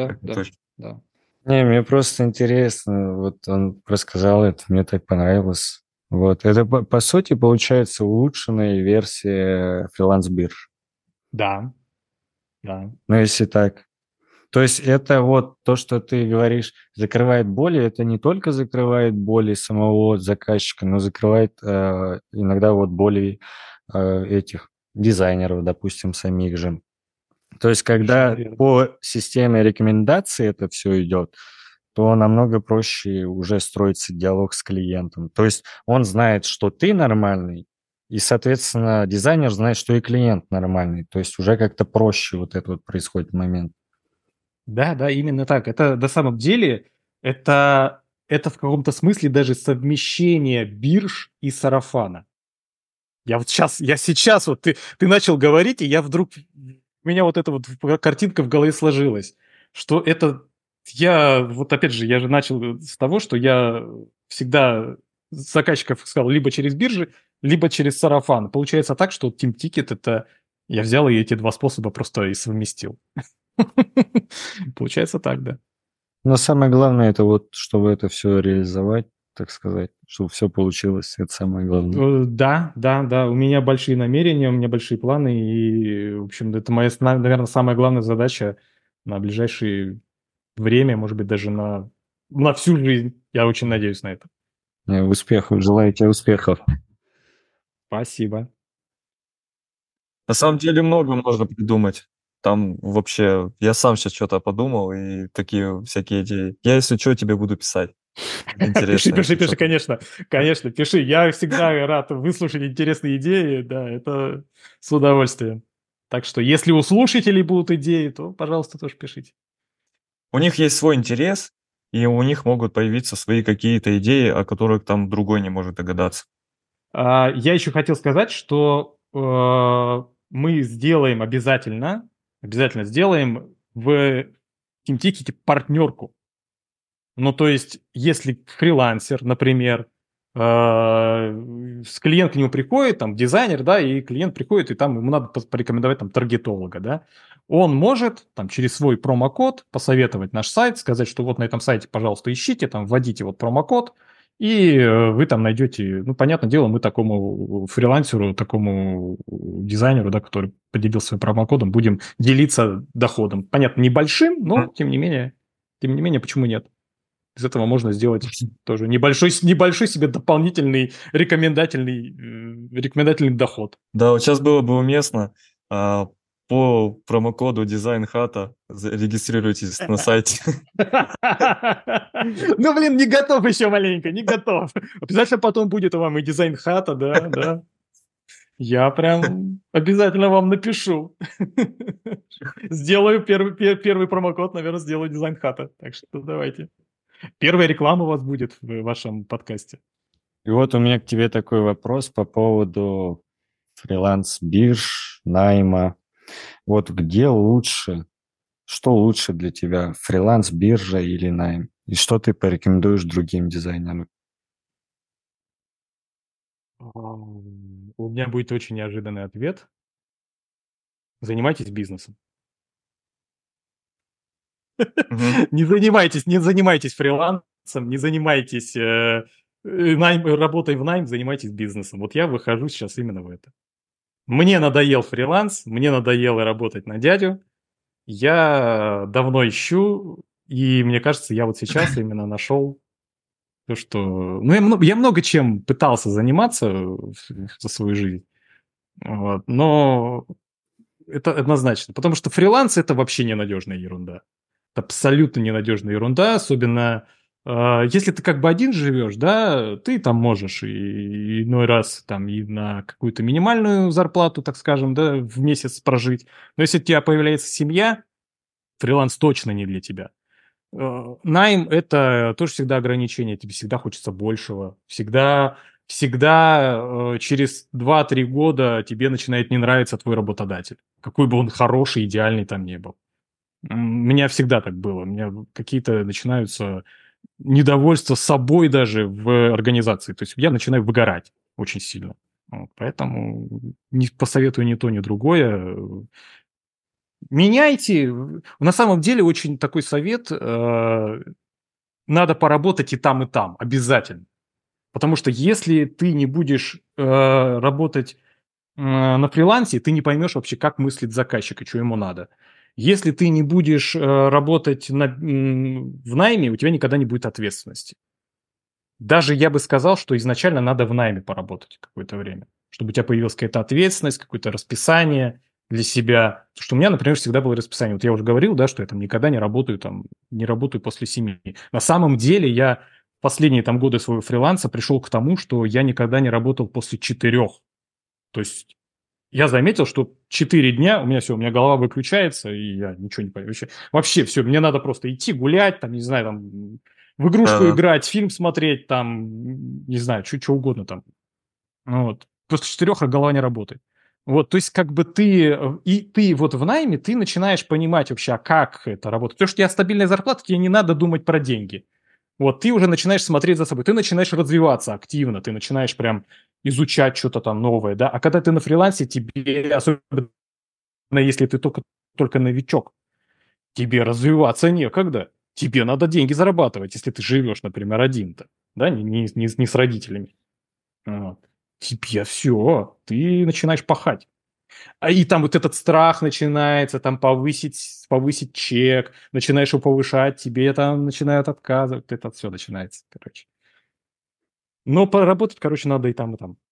Speaker 4: Не, мне просто интересно, вот он рассказал это, мне так понравилось. Вот, это по сути получается улучшенная версия фриланс-бирж.
Speaker 1: Да.
Speaker 4: Ну, если так. То есть это вот то, что ты говоришь, закрывает боли, это не только закрывает боли самого заказчика, но закрывает иногда вот боли этих дизайнеров, допустим, самих же. То есть когда по системе рекомендаций это все идет, то намного проще уже строится диалог с клиентом. То есть он знает, что ты нормальный, и, соответственно, дизайнер знает, что и клиент нормальный. То есть уже как-то проще вот этот вот происходит момент.
Speaker 1: Да, именно так. Это на самом деле, это в каком-то смысле даже совмещение бирж и сарафана. Я сейчас вот ты начал говорить, и я вдруг, у меня вот эта вот картинка в голове сложилась, что это, опять же, я же начал с того, что я всегда заказчиков искал либо через биржи, либо через сарафан. Получается так, что Team Ticket это я взял и эти два способа просто и совместил. Получается так, да.
Speaker 4: Но самое главное, это вот, чтобы это все реализовать, так сказать, чтобы все получилось, это самое главное.
Speaker 1: Да, у меня большие намерения, у меня большие планы, и, в общем, это моя, наверное, самая главная задача на ближайшее время, может быть, даже на всю жизнь. Я очень надеюсь на это.
Speaker 4: Успехов, желаю тебе успехов.
Speaker 1: Спасибо.
Speaker 2: На самом деле много можно придумать. Там вообще, я сам сейчас что-то подумал, и такие всякие идеи. Я, если что, тебе буду писать. Интересно.
Speaker 1: Пиши, конечно, пиши. Я всегда рад выслушать интересные идеи, да, это с удовольствием. Так что, если у слушателей будут идеи, то, пожалуйста, тоже пишите.
Speaker 2: У них есть свой интерес, и у них могут появиться свои какие-то идеи, о которых там другой не может догадаться.
Speaker 1: Я еще хотел сказать, что мы сделаем обязательно сделаем в TeamTicket партнерку. Ну, то есть, если фрилансер, например, клиент к нему приходит, там, дизайнер, да, и клиент приходит, и там ему надо порекомендовать там таргетолога, да, он может там через свой промокод посоветовать наш сайт, сказать, что вот на этом сайте, пожалуйста, ищите, там, вводите вот промокод, и вы там найдете, ну, понятное дело, мы такому фрилансеру, такому дизайнеру, да, который поделился своим промокодом, будем делиться доходом. Понятно, небольшим, но, тем не менее, почему нет? Из этого можно сделать тоже небольшой себе дополнительный рекомендательный доход.
Speaker 2: Да, вот сейчас было бы уместно по промокоду Design Hata регистрируйтесь на сайте.
Speaker 1: Ну, блин, не готов еще маленько, не готов. Обязательно потом будет вам и Design Hata, да. Я прям обязательно вам напишу. Сделаю первый промокод, наверное, сделаю Дизайн Хата. Так что давайте. Первая реклама у вас будет в вашем подкасте.
Speaker 4: И вот у меня к тебе такой вопрос по поводу фриланс-бирж, найма. Вот где лучше, что лучше для тебя, фриланс-биржа или найм? И что ты порекомендуешь другим дизайнерам?
Speaker 1: У меня будет очень неожиданный ответ. Занимайтесь бизнесом.
Speaker 2: Мгм.
Speaker 1: Не занимайтесь фрилансом, не занимайтесь работой в найм, занимайтесь бизнесом. Вот я выхожу сейчас именно в это. Мне надоел фриланс, мне надоело работать на дядю. Я давно ищу, и мне кажется, я вот сейчас именно нашел то, что... Ну, я много чем пытался заниматься за свою жизнь, вот, но это однозначно. Потому что фриланс – это вообще ненадежная ерунда. Это абсолютно ненадежная ерунда, особенно если ты как бы один живешь, да, ты там можешь и иной раз там и на какую-то минимальную зарплату, так скажем, да, в месяц прожить. Но если у тебя появляется семья, фриланс точно не для тебя. Найм – это тоже всегда ограничение, тебе всегда хочется большего, всегда через 2-3 года тебе начинает не нравиться твой работодатель, какой бы он хороший, идеальный там не был. У меня всегда так было. У меня какие-то начинаются недовольства собой даже в организации. То есть я начинаю выгорать очень сильно. Вот, поэтому не посоветую ни то, ни другое. Меняйте. На самом деле очень такой совет. Надо поработать и там, обязательно. Потому что если ты не будешь работать на фрилансе, ты не поймешь вообще, как мыслит заказчик и что ему надо. Если ты не будешь работать в найме, у тебя никогда не будет ответственности. Даже я бы сказал, что изначально надо в найме поработать какое-то время, чтобы у тебя появилась какая-то ответственность, какое-то расписание для себя. Потому что у меня, например, всегда было расписание. Вот я уже говорил, да, что я там никогда не работаю после 7. На самом деле я последние там годы своего фриланса пришел к тому, что я никогда не работал после 4. То есть я заметил, что 4 дня у меня голова выключается, и я ничего не понимаю. Вообще все, мне надо просто идти гулять, там, не знаю, там, в игрушку
Speaker 2: Да-да.
Speaker 1: играть, фильм смотреть, там, не знаю, что угодно там. Ну вот. После 4 голова не работает. Вот, то есть как бы ты вот в найме, ты начинаешь понимать вообще, а как это работает. Потому что у тебя стабильная зарплата, тебе не надо думать про деньги. Вот, ты уже начинаешь смотреть за собой, ты начинаешь развиваться активно, ты начинаешь прям изучать что-то там новое, да. А когда ты на фрилансе, тебе, особенно если ты только новичок, тебе развиваться некогда. Тебе надо деньги зарабатывать, если ты живешь, например, один-то, да, не с родителями. Вот. Тебе все, ты начинаешь пахать. И там вот этот страх начинается, там повысить чек, начинаешь его повышать, тебе там начинают отказывать, это все начинается, короче. Но поработать, короче, надо и там, и там.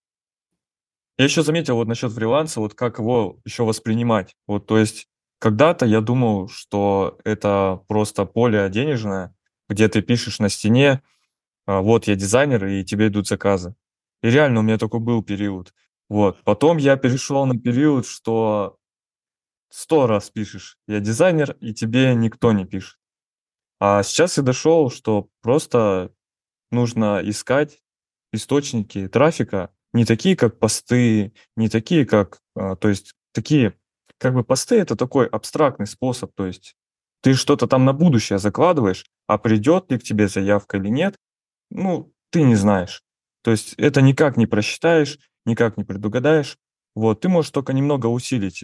Speaker 2: Я еще заметил вот насчет фриланса, вот как его еще воспринимать. Вот, то есть, когда-то я думал, что это просто поле денежное, где ты пишешь на стене, вот я дизайнер, и тебе идут заказы. И реально у меня такой был период. Вот. Потом я перешел на период, что 100 раз пишешь, я дизайнер, и тебе никто не пишет. А сейчас я дошел, что просто нужно искать источники трафика, не такие, как посты, не такие, как, то есть такие, как бы посты это такой абстрактный способ, то есть ты что-то там на будущее закладываешь, а придет ли к тебе заявка или нет, ну, ты не знаешь. То есть это никак не просчитаешь, никак не предугадаешь. Вот, ты можешь только немного усилить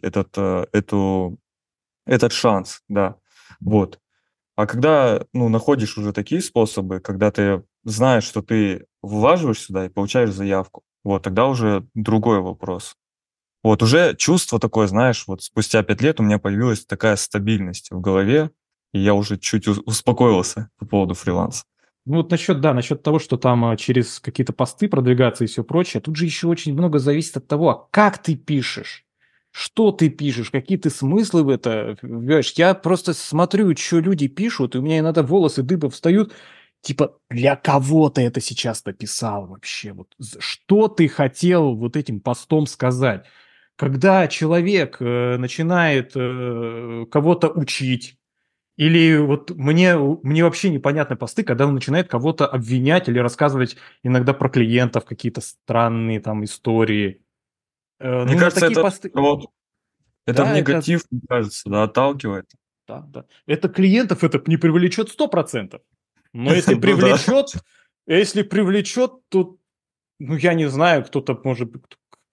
Speaker 2: этот шанс, да. Вот. А когда, ну, находишь уже такие способы, когда ты знаешь, что ты влаживаешь сюда и получаешь заявку, вот, тогда уже другой вопрос. Вот, уже чувство такое, знаешь, вот спустя 5 лет у меня появилась такая стабильность в голове, и я уже чуть успокоился по поводу фриланса.
Speaker 1: Ну вот насчет того, что там через какие-то посты продвигаться и все прочее, тут же еще очень много зависит от того, как ты пишешь, что ты пишешь, какие ты смыслы в это вбиваешь. Я просто смотрю, что люди пишут, и у меня иногда волосы дыбом встают. типа, для кого ты это сейчас написал вообще? Вот что ты хотел вот этим постом сказать? Когда человек начинает кого-то учить, или вот мне вообще непонятны посты, когда он начинает кого-то обвинять или рассказывать иногда про клиентов какие-то странные там истории.
Speaker 2: Мне
Speaker 1: Ну, на
Speaker 2: кажется,
Speaker 1: такие
Speaker 2: это
Speaker 1: посты...
Speaker 2: наоборот, это в
Speaker 1: Да, это...
Speaker 2: негатив, мне кажется, да, отталкивает.
Speaker 1: Да, да. Это клиентов это не привлечет 100%. Но
Speaker 2: Ну да.
Speaker 1: если привлечет, то, ну, я не знаю, кто-то, может быть,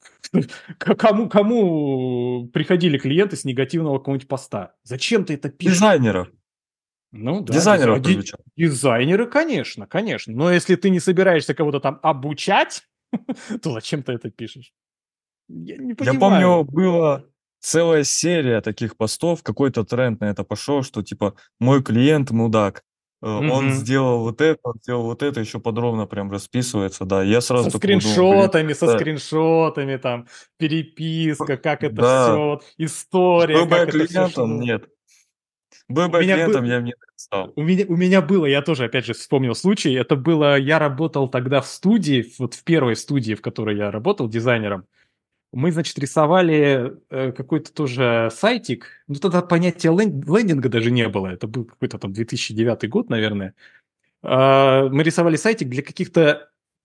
Speaker 1: кому приходили клиенты с негативного какого-нибудь поста? Зачем ты это пишешь?
Speaker 2: Дизайнеров.
Speaker 1: Ну да,
Speaker 2: Дизайнеров привлечет.
Speaker 1: дизайнеры, конечно, конечно. Но если ты не собираешься кого-то там обучать, то зачем ты это пишешь? Я не
Speaker 2: Я помню,
Speaker 1: понимаю.
Speaker 2: была целая серия таких постов, какой-то тренд на это пошел, что типа мой клиент мудак. Он
Speaker 1: Мгм.
Speaker 2: сделал вот это, он сделал вот это, еще подробно прям расписывается, да. Я
Speaker 1: Со
Speaker 2: сразу такой думал, блин,
Speaker 1: скриншотами,
Speaker 2: да,
Speaker 1: там, переписка, как это
Speaker 2: да.
Speaker 1: все, история,
Speaker 2: Был бы я
Speaker 1: как это все
Speaker 2: клиентом,
Speaker 1: шло.
Speaker 2: нет. Был
Speaker 1: У
Speaker 2: бы я
Speaker 1: меня
Speaker 2: клиентом,
Speaker 1: был,
Speaker 2: я бы не написал.
Speaker 1: у меня было, я тоже, опять же, вспомнил случай, это было, я работал тогда в студии, вот в первой студии, в которой я работал дизайнером. Мы, значит, рисовали какой-то тоже сайтик, ну тогда понятия лендинга даже не было, это был какой-то там 2009 год, наверное. Мы рисовали сайтик для каких-то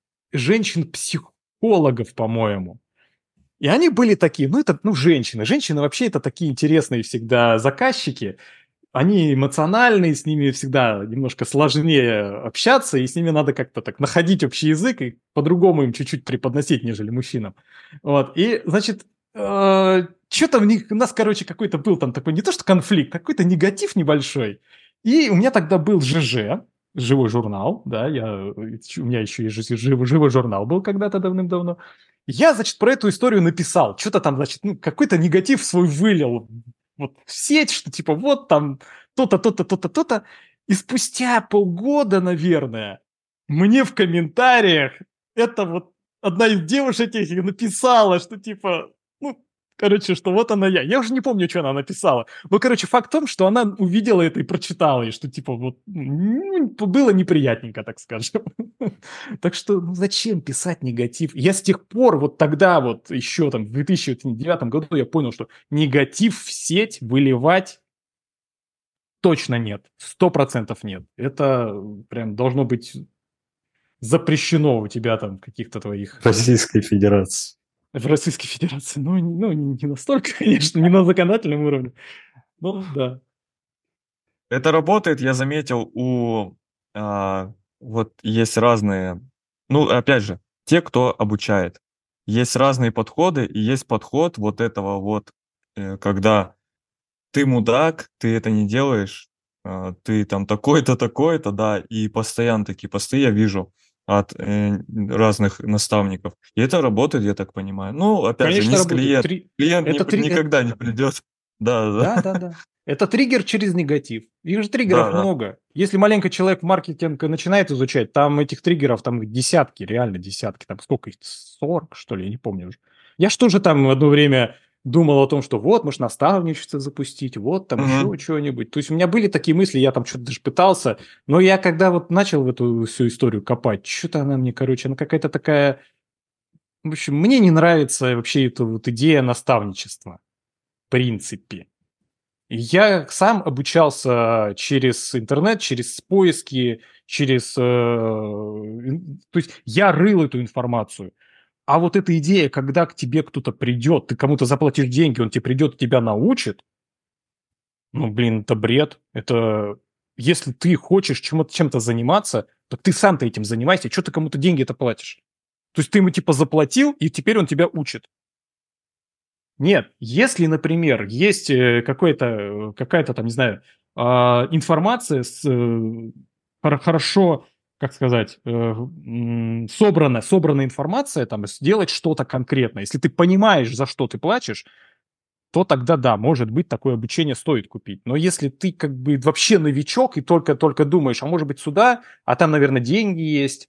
Speaker 1: женщин-психологов, по-моему. И они были такие, ну, это, ну, женщины. Женщины вообще это такие интересные всегда заказчики. Они эмоциональные, с ними всегда немножко сложнее общаться, и с ними надо как-то так находить общий язык и по-другому им чуть-чуть преподносить, нежели мужчинам. Вот, и, значит, что-то у нас, короче, какой-то был там такой, не то что конфликт, какой-то негатив небольшой. И у меня тогда был ЖЖ, живой журнал, да, у меня еще и живой журнал был когда-то давным-давно. Я, значит, про эту историю написал, что-то там, значит, ну, какой-то негатив свой вылил вот в сеть, что типа вот там то-то, то-то, то-то, то-то. И спустя полгода, наверное, мне в комментариях это вот одна из девушек этих написала, что типа, ну, короче, что вот она я. Я уже не помню, что она написала. Но, короче, факт в том, что она увидела это и прочитала, и что типа вот было неприятненько, так скажем. Так что ну, зачем писать негатив? Я с тех пор, вот тогда вот еще там в 2009 году я понял, что негатив в сеть выливать точно нет. 100% нет. Это прям должно быть запрещено у тебя там каких-то твоих
Speaker 4: Российской Федерации.
Speaker 1: в Российской Федерации. Ну, не настолько, конечно, не на законодательном уровне. Ну, да.
Speaker 2: Это работает, я заметил, вот есть разные, ну, опять же, те, кто обучает. Есть разные подходы, и есть подход вот этого вот, когда ты мудак, ты это не делаешь, ты там такой-то, такой-то, да, и постоянно такие посты я вижу от разных наставников. И это работает, я так понимаю. Ну, опять же, не
Speaker 1: Конечно,
Speaker 2: с
Speaker 1: работает.
Speaker 2: клиентом. Клиент
Speaker 1: Это три...
Speaker 2: никогда не придет. Да,
Speaker 1: Да,
Speaker 2: да,
Speaker 1: да, да. Это триггер через негатив. Их же триггеров
Speaker 2: да, да.
Speaker 1: много. Если маленько человек маркетинг начинает изучать, там этих триггеров там десятки, реально десятки. Там сколько их? 40, что ли? Я не помню уже. Я ж тоже там одно время думал о том, что вот, может, наставничество запустить, вот там еще
Speaker 2: Мгм.
Speaker 1: что-нибудь. То есть у меня были такие мысли, я там что-то даже пытался. Но я когда вот начал в эту всю историю копать, что-то она мне, короче, она какая-то такая... В общем, мне не нравится вообще эта вот идея наставничества. В принципе. Я сам обучался через интернет, через поиски, то есть я рыл эту информацию. А вот эта идея, когда к тебе кто-то придет, ты кому-то заплатишь деньги, он тебе придет, тебя научит, ну, блин, это бред. Это если ты хочешь чем-то заниматься, то ты сам-то этим занимайся. Что ты кому-то деньги-то платишь? То есть ты ему типа заплатил, и теперь он тебя учит. Нет, если, например, есть какая-то там, не знаю, информация хорошо, как сказать, собранная информация, там, сделать что-то конкретное. Если ты понимаешь, за что ты платишь, то тогда да, может быть, такое обучение стоит купить. Но если ты как бы вообще новичок и только думаешь, а может быть сюда, а там, наверное, деньги есть,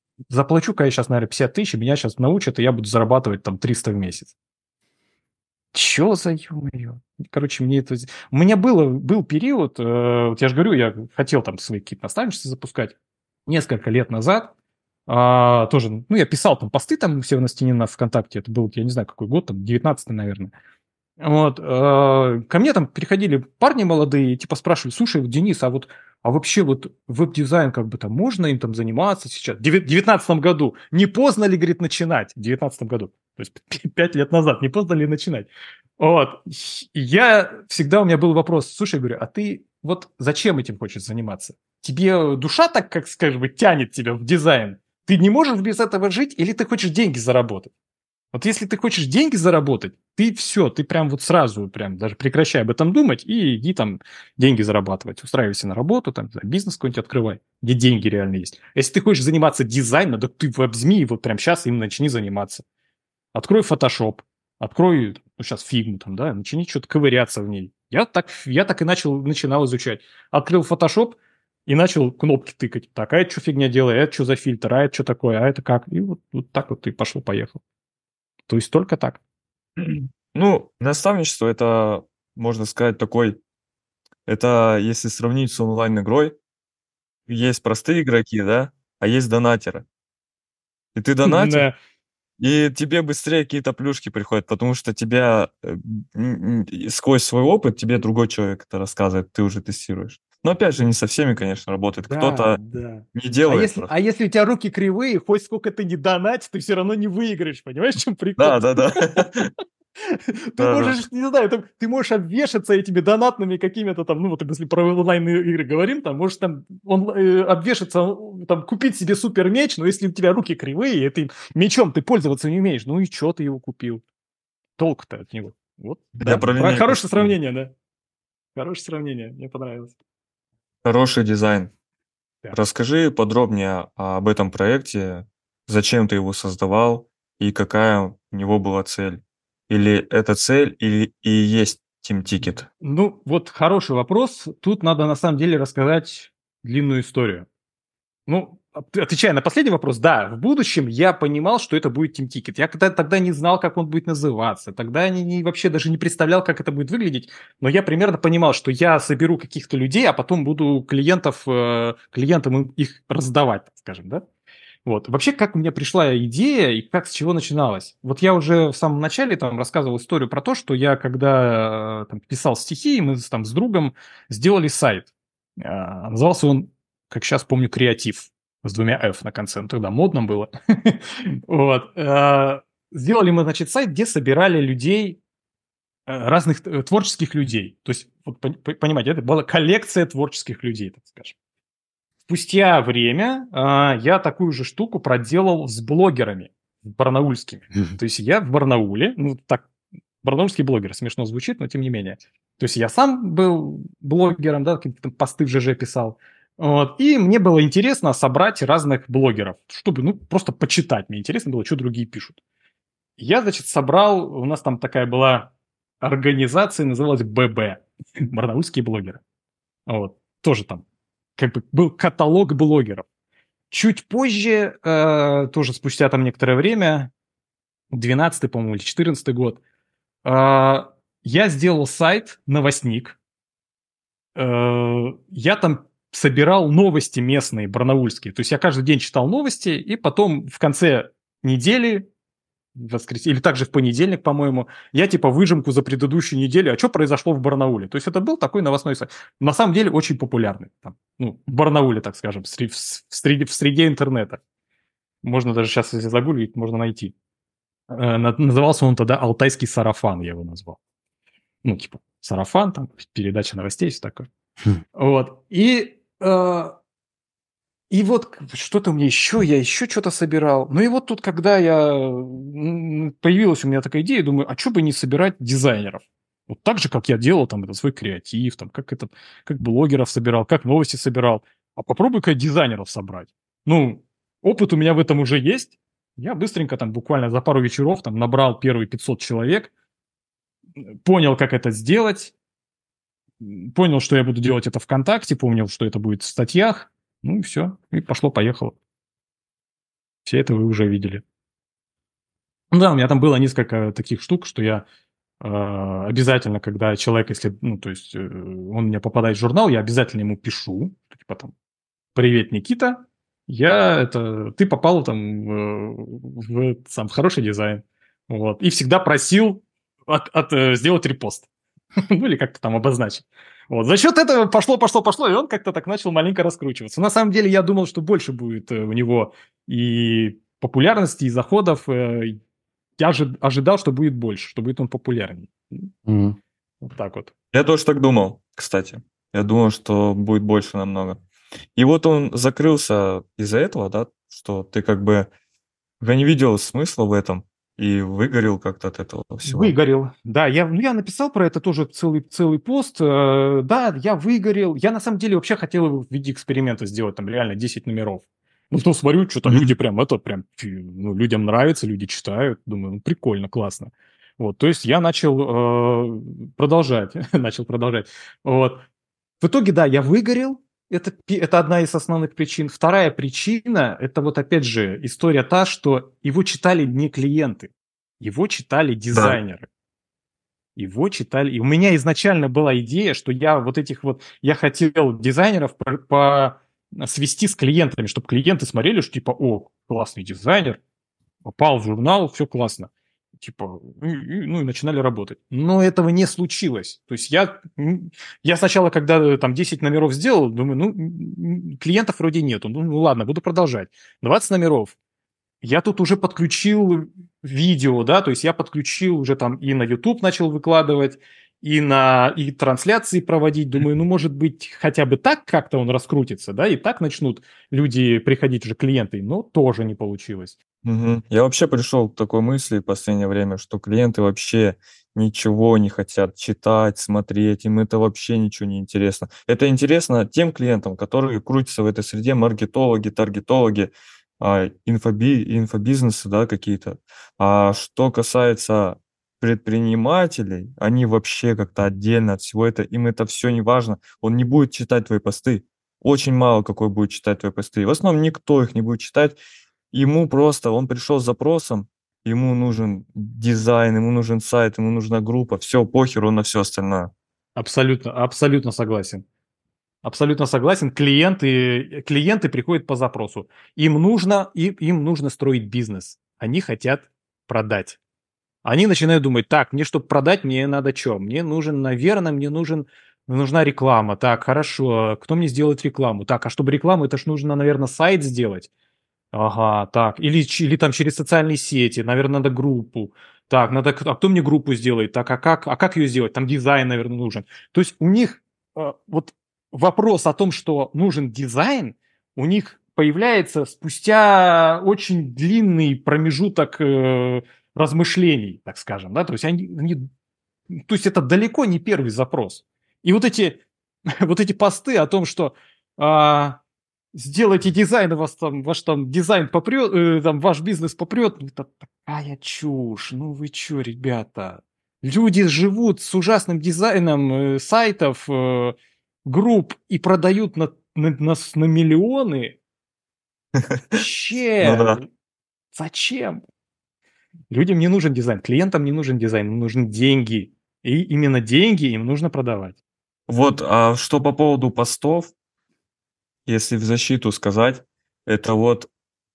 Speaker 1: заплачу-ка я сейчас, наверное, 50 тысяч, меня сейчас научат, и я буду зарабатывать там 300 в месяц. Чё за ё-моё? Короче, мне это... У меня был период, вот я же говорю, я хотел там свои какие-то наставничества запускать несколько лет назад. Тоже, ну, я писал там посты там у себя на стене на ВКонтакте. Это был, я не знаю, какой год, там, 19-й, наверное. Вот, ко мне там приходили парни молодые, типа спрашивали, слушай, вот, Денис, а вообще вот веб-дизайн как бы там можно им там заниматься сейчас? В 19 году. Не поздно ли, говорит, начинать? В 19 году. То есть 5 лет назад. Не поздно ли начинать? Вот. У меня был вопрос, слушай, говорю, а ты вот зачем этим хочешь заниматься? Тебе душа так, как скажем, тянет тебя в дизайн? Ты не можешь без этого жить или ты хочешь деньги заработать? Вот если ты хочешь деньги заработать, ты все, ты прям вот сразу прям даже прекращай об этом думать и иди там деньги зарабатывать. Устраивайся на работу, там, бизнес какой-нибудь открывай, где деньги реально есть. Если ты хочешь заниматься дизайном, так ты возьми и вот прям сейчас им начни заниматься. Открой Photoshop, открой, ну, сейчас фигму там, да, начни что-то ковыряться в ней. Я так и начинал изучать. Открыл Photoshop и начал кнопки тыкать. Так, а это что фигня делает, а это что за фильтр, а это что такое, а это как? И вот так вот ты пошел-поехал. То есть только так.
Speaker 2: Ну, наставничество это, можно сказать, это если сравнить с онлайн-игрой, есть простые игроки, да, а есть донатеры. И ты донатишь,
Speaker 1: Да.
Speaker 2: и тебе быстрее какие-то плюшки приходят, потому что тебя сквозь свой опыт тебе другой человек это рассказывает, ты уже тестируешь. Но опять же, не со всеми, конечно, работает.
Speaker 1: Да,
Speaker 2: Кто-то
Speaker 1: да.
Speaker 2: не
Speaker 1: А
Speaker 2: делает
Speaker 1: если,
Speaker 2: просто.
Speaker 1: а если у тебя руки кривые, хоть сколько ты не донать, ты все равно не выиграешь. Понимаешь, в чем прикол?
Speaker 2: Да, да, да.
Speaker 1: Ты
Speaker 2: Да, да.
Speaker 1: можешь, не знаю, ты можешь обвешаться этими донатными какими-то там, ну вот если про онлайн-игры говорим, там можешь там обвешаться, там купить себе супер меч, но если у тебя руки кривые, и ты мечом ты пользоваться не умеешь, ну и что ты его купил? Толку-то от него. Вот,
Speaker 2: Я
Speaker 1: да.
Speaker 2: про линейку
Speaker 1: Хорошее
Speaker 2: вспомнил.
Speaker 1: сравнение, да. Хорошее сравнение, мне понравилось.
Speaker 2: Хороший дизайн.
Speaker 1: Да.
Speaker 2: Расскажи подробнее об этом проекте, зачем ты его создавал и какая у него была цель. Или это цель, или и есть Team Ticket.
Speaker 1: Ну, вот хороший вопрос. Тут надо на самом деле рассказать длинную историю. Ну, отвечая на последний вопрос, да, в будущем я понимал, что это будет Team Ticket. Я тогда не знал, как он будет называться. Тогда вообще даже не представлял, как это будет выглядеть. Но я примерно понимал, что я соберу каких-то людей, а потом буду клиентам их раздавать, так скажем, да? Вот. Вообще, как у меня пришла идея и как с чего начиналось? Вот я уже в самом начале там рассказывал историю про то, что я когда там, писал стихи, мы там с другом сделали сайт. Назывался он, как сейчас помню, «Креатив» с 2 F на конце. Ну, тогда модно было. Вот. Сделали мы, значит, сайт, где собирали людей, разных творческих людей. То есть, вот, понимаете, это была коллекция творческих людей, так скажем. Спустя время я такую же штуку проделал с блогерами барнаульскими. То есть я в Барнауле, ну так, барнаульский блогер, смешно звучит, но тем не менее. То есть я сам был блогером, да, какие-то там посты в ЖЖ писал. Вот, и мне было интересно собрать разных блогеров, чтобы, ну, просто почитать. Мне интересно было, что другие пишут. Я, значит, собрал, у нас там такая была организация, называлась ББ, барнаульские блогеры. Вот, тоже там как бы был каталог блогеров. Чуть позже, тоже спустя там некоторое время, 12-й, по-моему, или 14-й год, я сделал сайт «Новостник». Я там собирал новости местные, барнаульские. То есть я каждый день читал новости, и потом в конце недели, или также в понедельник, по-моему, я типа выжимку за предыдущую неделю, а что произошло в Барнауле. То есть это был такой новостной сайт. На самом деле очень популярный. Там, ну, в Барнауле, так скажем, в среде интернета. Можно даже сейчас, если загуглить, можно найти. Назывался он тогда «Алтайский сарафан», я его назвал. Ну, типа, сарафан, там, передача новостей, все такое. Вот. И вот что-то у меня еще, я еще что-то собирал. Ну и вот тут, когда появилась у меня такая идея, думаю, а что бы не собирать дизайнеров? Вот так же, как я делал там это свой креатив, там, как блогеров собирал, как новости собирал. А попробуй-ка дизайнеров собрать. Ну, опыт у меня в этом уже есть. Я быстренько там буквально за пару вечеров там набрал первые 500 человек, понял, как это сделать, понял, что я буду делать это ВКонтакте, понял, что это будет в статьях. Ну и все, и пошло-поехало. Все это вы уже видели. Ну да, у меня там было несколько таких штук, что я Обязательно, когда человек, если, ну, то есть он мне попадает в журнал, я обязательно ему пишу, типа там, привет, Никита, ты попал там в хороший дизайн. Вот. И всегда просил сделать репост. Ну, или как-то там обозначить. Вот. За счет этого пошло, и он как-то так начал маленько раскручиваться. На самом деле, я думал, что больше будет у него и популярности, и заходов. Я ожидал, что будет больше, что будет он популярнее.
Speaker 4: Мгм.
Speaker 1: Вот так вот.
Speaker 2: Я тоже так думал, кстати. Я думал, что будет больше намного. И вот он закрылся из-за этого, да, что ты как бы уже не видел смысла в этом и выгорел как-то от этого всего.
Speaker 1: Выгорел. Да, я написал про это тоже целый пост. Да, я выгорел. Я на самом деле вообще хотел его в виде эксперимента сделать, там реально 10 номеров. Ну, что смотрю, что-то
Speaker 2: Мгм.
Speaker 1: люди ну, людям нравится, люди читают. Думаю, ну, прикольно, классно. Вот, то есть я начал продолжать, начал продолжать. Вот. В итоге, да, я выгорел. Это одна из основных причин. Вторая причина, это вот опять же история та, что его читали не клиенты, его читали
Speaker 2: Да.
Speaker 1: дизайнеры. Его читали. И у меня изначально была идея, что я хотел дизайнеров свести с клиентами, чтобы клиенты смотрели, что типа, о, классный дизайнер, попал в журнал, все классно. Типа, ну и начинали работать. Но этого не случилось. То есть я сначала, когда там 10 номеров сделал, думаю, ну, клиентов вроде нету. Ну ладно, буду продолжать. 20 номеров. Я тут уже подключил видео, да, то есть я подключил уже там и на YouTube начал выкладывать, и трансляции проводить. Думаю, ну, может быть, хотя бы так как-то он раскрутится, да, и так начнут люди приходить уже клиенты, но тоже не получилось.
Speaker 2: Мгм. Я вообще пришел к такой мысли в последнее время, что клиенты вообще ничего не хотят читать, смотреть, им это вообще ничего не интересно. Это интересно тем клиентам, которые крутятся в этой среде, маркетологи, таргетологи, инфобизнесы, да, какие-то. А что касается предпринимателей, они вообще как-то отдельно от всего этого, им это все не важно. Он не будет читать твои посты. Очень мало какой будет читать твои посты. В основном никто их не будет читать. Он пришел с запросом, ему нужен дизайн, ему нужен сайт, ему нужна группа, все, похеру на все остальное.
Speaker 1: Абсолютно, абсолютно согласен. Абсолютно согласен. Клиенты приходят по запросу. Им нужно строить бизнес. Они хотят продать. Они начинают думать, так, мне, чтобы продать, мне надо что? Наверное, нужна реклама. Так, хорошо, кто мне сделает рекламу? Так, а чтобы рекламу, это ж нужно, наверное, сайт сделать. Ага, так, или там через социальные сети, наверное, надо группу. Так, а кто мне группу сделает? Так, а как ее сделать? Там дизайн, наверное, нужен. То есть у них вот вопрос о том, что нужен дизайн, у них появляется спустя очень длинный промежуток размышлений, так скажем, да, то есть то есть это далеко не первый запрос. И вот эти, вот эти посты о том, что а, сделайте дизайн, ваш там дизайн попрет, там ваш бизнес попрет, ну, это такая чушь. Ну вы чё, ребята? Люди живут с ужасным дизайном сайтов, групп и продают на миллионы.
Speaker 2: Ну да.
Speaker 1: Зачем? Людям не нужен дизайн, клиентам не нужен дизайн, им нужны деньги. И именно деньги им нужно продавать.
Speaker 2: Вот, а что по поводу постов, если в защиту сказать, это вот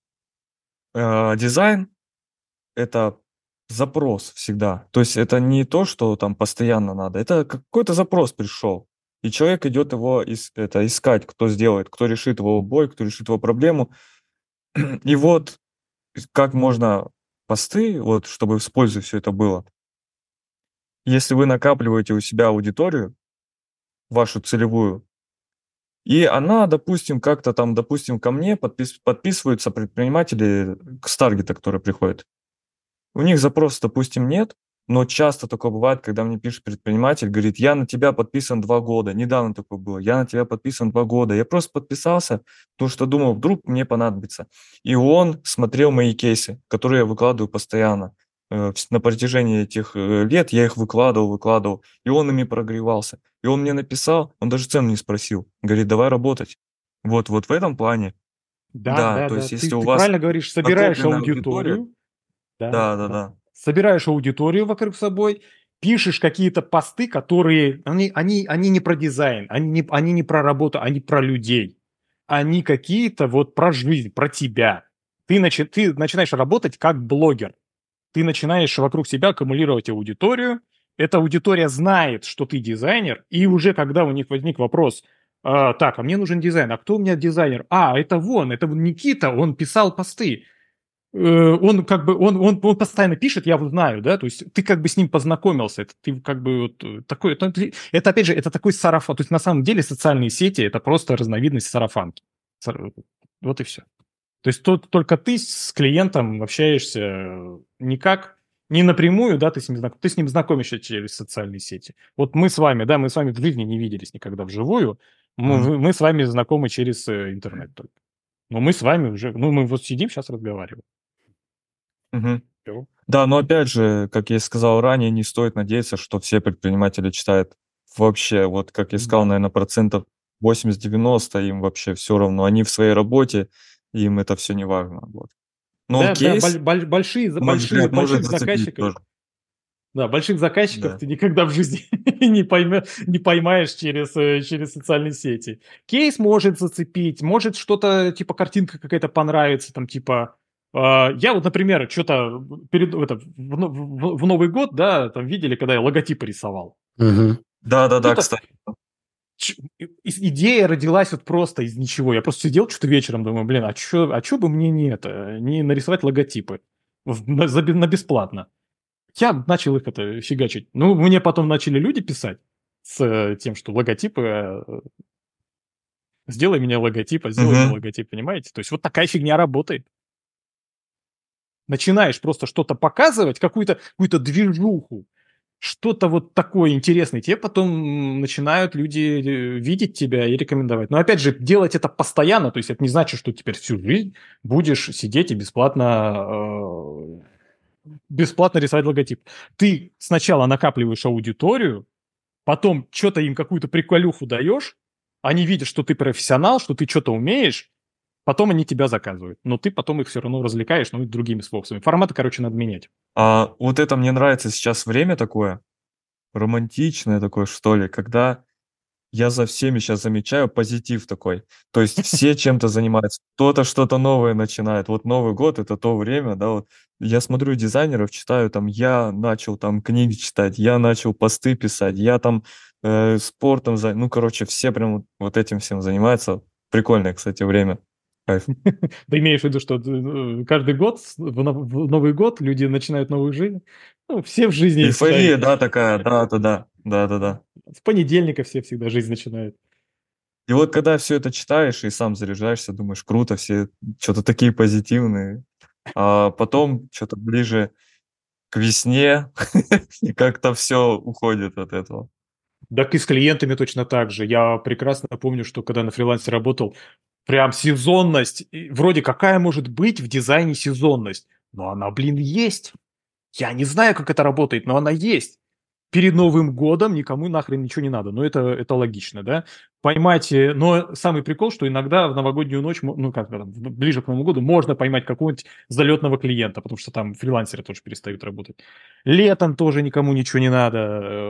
Speaker 2: дизайн, это запрос всегда. То есть это не то, что там постоянно надо, это какой-то запрос пришел. И человек идет его искать, кто сделает, кто решит его боль, кто решит его проблему. И вот как можно посты, вот чтобы с пользой все это было. Если вы накапливаете у себя аудиторию, вашу целевую, и она, допустим, как-то там, допустим, ко мне подписываются предприниматели с таргета, которые приходят. У них запроса, допустим, нет, но часто такое бывает, когда мне пишет предприниматель, говорит, я на тебя подписан 2 года. Недавно такое было. Я на тебя подписан 2 года. Я просто подписался, потому что думал, вдруг мне понадобится. И он смотрел мои кейсы, которые я выкладываю постоянно. На протяжении этих лет я их выкладывал, и он ими прогревался. И он мне написал, он даже цену не спросил. Говорит, давай работать. Вот в этом плане.
Speaker 1: Да,
Speaker 2: Да,
Speaker 1: да,
Speaker 2: то
Speaker 1: да.
Speaker 2: есть если у
Speaker 1: Ты
Speaker 2: вас
Speaker 1: правильно говоришь, собираешь
Speaker 2: накопленная аудитория,
Speaker 1: аудиторию. Да, да.
Speaker 2: да-да-да.
Speaker 1: Собираешь аудиторию вокруг собой пишешь какие-то посты, которые... Они не про дизайн, они не про работу, они про людей. Они какие-то вот про жизнь, про тебя. Ты начинаешь работать как блогер. Ты начинаешь вокруг себя аккумулировать аудиторию. Эта аудитория знает, что ты дизайнер, и уже когда у них возник вопрос, так, а мне нужен дизайн, а кто у меня дизайнер? Это вон Никита, он писал посты. Он как бы, он постоянно пишет, я вот знаю, да, то есть ты как бы с ним познакомился, это ты как бы вот такой, это опять же, это такой сарафан, то есть на самом деле социальные сети это просто разновидность сарафанки. Вот и все. То есть тут только ты с клиентом общаешься никак, не напрямую, да, ты с ним знакомишься через социальные сети. Вот мы с вами в жизни не виделись никогда вживую, мы с вами знакомы через интернет только. Но мы с вами уже, мы вот сидим сейчас разговариваем.
Speaker 2: Мгм.
Speaker 1: Всё.
Speaker 2: Да, но опять же, как я и сказал ранее, не стоит надеяться, что все предприниматели читают вообще. Вот как я сказал, наверное, процентов 80-90 им вообще все равно. Они в своей работе, им это все не важно. Вот. Но
Speaker 1: Да,
Speaker 2: кейс,
Speaker 1: большие,
Speaker 2: на мой взгляд, может
Speaker 1: больших
Speaker 2: зацепить
Speaker 1: заказчиков,
Speaker 2: тоже.
Speaker 1: да, больших заказчиков
Speaker 2: Да.
Speaker 1: ты никогда в жизни не поймаешь через социальные сети. Кейс может зацепить, может что-то, типа картинка какая-то понравится, там типа... Я вот, например, что-то в Новый год, да, там видели, когда я логотипы рисовал.
Speaker 4: Мгм.
Speaker 2: Да-да-да,
Speaker 1: Что-то
Speaker 2: кстати.
Speaker 1: идея родилась вот просто из ничего. Я просто сидел что-то вечером, думаю, блин, а чё бы мне не нарисовать логотипы на бесплатно. Я начал их фигачить. Ну, мне потом начали люди писать с тем, что логотипы, сделай мне
Speaker 2: Мгм.
Speaker 1: логотип, понимаете? То есть вот такая фигня работает. Начинаешь просто что-то показывать, какую-то движуху, что-то вот такое интересное, тебе потом начинают люди видеть тебя и рекомендовать. Но опять же, делать это постоянно, то есть это не значит, что теперь всю жизнь будешь сидеть и бесплатно рисовать логотип. Ты сначала накапливаешь аудиторию, потом что-то им какую-то приколюху даешь, они видят, что ты профессионал, что ты что-то умеешь, потом они тебя заказывают. Но ты потом их все равно развлекаешь, но и другими способами. Форматы, короче, надо менять.
Speaker 2: А вот это мне нравится сейчас время такое, романтичное такое, что ли, когда я за всеми сейчас замечаю позитив такой. То есть все чем-то занимаются, кто-то что-то новое начинает. Вот Новый год- это то время, да, вот. Я смотрю дизайнеров, читаю там, я начал там книги читать, я начал посты писать, я там спортом ну, короче, все прям вот этим всем занимаются. Прикольное, кстати, время. Кайф.
Speaker 1: Ты имеешь в виду, что каждый год, в Новый год люди начинают новую жизнь? Ну, все в жизни
Speaker 2: Эйфория,
Speaker 1: считают.
Speaker 2: да, такая, да-да-да, да-да-да.
Speaker 1: С понедельника все всегда жизнь начинают.
Speaker 2: И вот когда все это читаешь и сам заряжаешься, думаешь, круто, все что-то такие позитивные. А потом что-то ближе к весне как-то все уходит от этого.
Speaker 1: Так и с клиентами точно так же. Я прекрасно помню, что когда на фрилансе работал, прям сезонность. И вроде какая может быть в дизайне сезонность? Но она, блин, есть. Я не знаю, как это работает, но она есть. Перед Новым годом никому нахрен ничего не надо. Ну, это логично, да? Поймать... Но самый прикол, что иногда в новогоднюю ночь, ну, как там, ближе к Новому году, можно поймать какого-нибудь залетного клиента, потому что там фрилансеры тоже перестают работать. Летом тоже никому ничего не надо.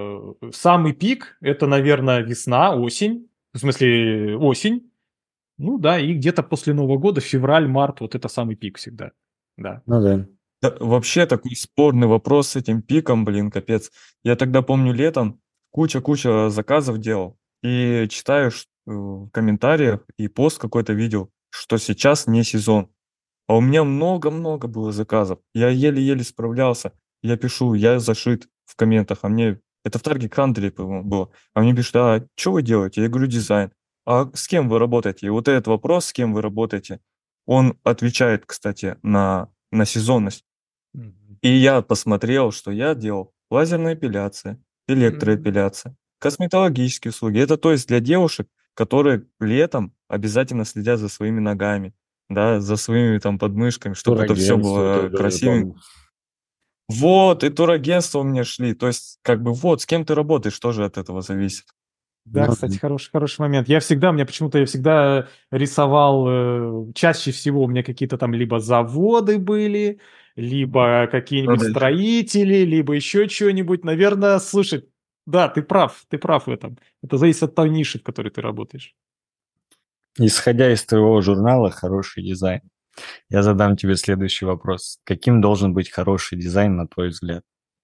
Speaker 1: Самый пик– это, наверное, весна, осень. В смысле, осень. Ну да, и где-то после Нового года, февраль, март, вот это самый пик всегда. Да.
Speaker 4: Ну да.
Speaker 2: Да, вообще такой спорный вопрос с этим пиком, блин, капец. Я тогда помню летом куча заказов делал и читаю в комментариях и пост какой-то видел, что сейчас не сезон. А у меня много-много было заказов. Я еле-еле справлялся. Я пишу, я зашит в комментах, а мне... Это в Target Country, по-моему, было. А мне пишут, а что вы делаете? Я говорю, дизайн. А с кем вы работаете? И вот этот вопрос, с кем вы работаете, он отвечает, кстати, на сезонность.
Speaker 1: Мгм.
Speaker 2: И я посмотрел, что я делал. Лазерная эпиляция, электроэпиляция, косметологические услуги. Это то есть для девушек, которые летом обязательно следят за своими ногами, да, за своими там подмышками, чтобы это все
Speaker 4: Турагентство
Speaker 2: было
Speaker 4: тоже, я
Speaker 2: красивенько.
Speaker 4: помню.
Speaker 2: Вот, и турагентства у меня шли. То есть, как бы вот, с кем ты работаешь, тоже от этого зависит.
Speaker 1: Да,
Speaker 4: Ну,
Speaker 1: кстати, хороший момент. Я всегда рисовал, чаще всего у меня какие-то там либо заводы были, либо какие-нибудь
Speaker 2: да.
Speaker 1: строители, либо еще что-нибудь. Наверное, слушай, да, ты прав в этом. Это зависит от той ниши, в которой ты работаешь.
Speaker 4: Исходя из твоего журнала «Хороший дизайн», я задам тебе следующий вопрос. Каким должен быть хороший дизайн, на твой взгляд?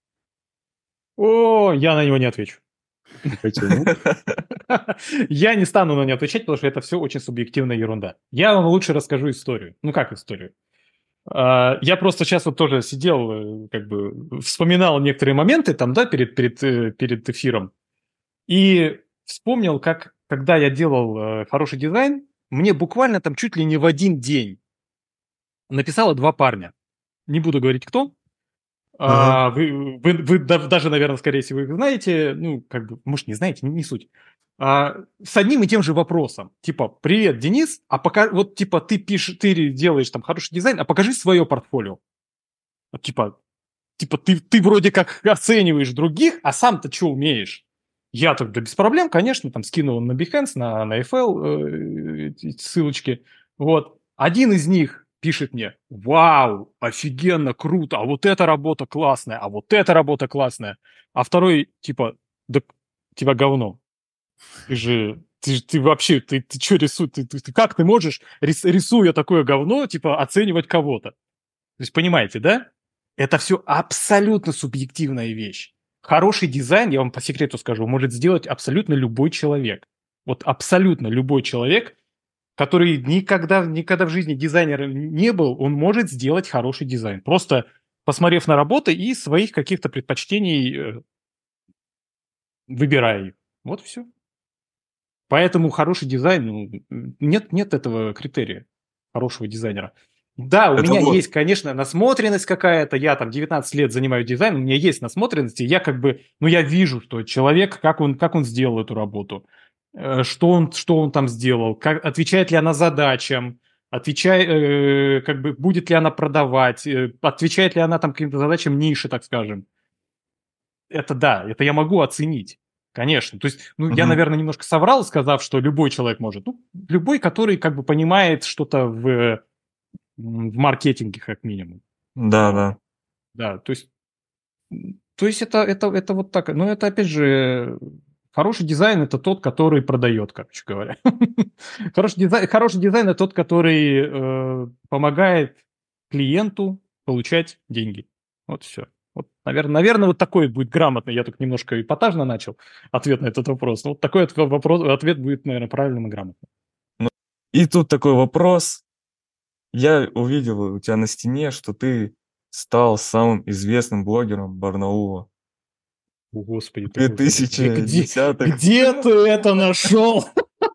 Speaker 1: О, я на него не отвечу.
Speaker 4: Почему?
Speaker 1: Я не стану на него отвечать, потому что это все очень субъективная ерунда. Я вам лучше расскажу историю. Ну, как историю? Я просто сейчас вот тоже сидел, как бы вспоминал некоторые моменты там, да, перед эфиром, и вспомнил, как, когда я делал хороший дизайн, мне буквально там чуть ли не в один день написало 2 парня. Не буду говорить, кто.
Speaker 2: Ага.
Speaker 1: Вы даже, наверное, скорее всего, их знаете. Ну, как бы, может, не знаете, не суть. С одним и тем же вопросом. Типа, привет, Денис, а пока, вот, типа, ты делаешь там хороший дизайн, а покажи свое портфолио. Вот, типа, ты вроде как оцениваешь других, а сам-то что умеешь? Я тогда без проблем, конечно, там скинул на Behance, на FL эти ссылочки. Вот. Один из них пишет мне: вау, офигенно, круто, а вот эта работа классная, а вот эта работа классная. А второй, типа, да тебя говно. Ты вообще, ты что рисуешь? Как ты можешь, рисуя такое говно, типа, оценивать кого-то? То есть, понимаете, да? Это все абсолютно субъективная вещь. Хороший дизайн, я вам по секрету скажу, может сделать абсолютно любой человек. Вот абсолютно любой человек, который никогда в жизни дизайнером не был, он может сделать хороший дизайн. Просто посмотрев на работы и своих каких-то предпочтений выбирая их. Вот все. Поэтому хороший дизайн, ну, нет этого критерия хорошего дизайнера. Да, у
Speaker 2: Это
Speaker 1: меня
Speaker 2: вот.
Speaker 1: есть, конечно, насмотренность какая-то. Я там 19 лет занимаюсь дизайном, у меня есть насмотренность, и я как бы, ну, я вижу, что человек, как он сделал эту работу, что он там сделал, отвечает ли она задачам, как бы, будет ли она продавать, отвечает ли она там каким-то задачам ниши, так скажем. Это да, это я могу оценить. Конечно. То есть, ну, я,
Speaker 2: Мгм.
Speaker 1: наверное, немножко соврал, сказав, что любой человек может. Ну, любой, который как бы понимает что-то в маркетинге, как минимум.
Speaker 2: Да,
Speaker 1: Вот.
Speaker 2: да.
Speaker 1: Да, то есть это вот так. Но это, опять же, хороший дизайн – это тот, который продает, короче говоря. Хороший дизайн – это тот, который помогает клиенту получать деньги. Вот все. Вот, наверное, вот такой будет грамотный. Я только немножко эпатажно начал ответ на этот вопрос. Но вот такой ответ будет, наверное, правильным и грамотным.
Speaker 2: И тут такой вопрос. Я увидел у тебя на стене, что ты стал самым известным блогером Барнаула.
Speaker 1: О, Господи,
Speaker 2: В
Speaker 1: ты, Господи, где, где,
Speaker 2: 2010-х.
Speaker 1: где ты это нашел?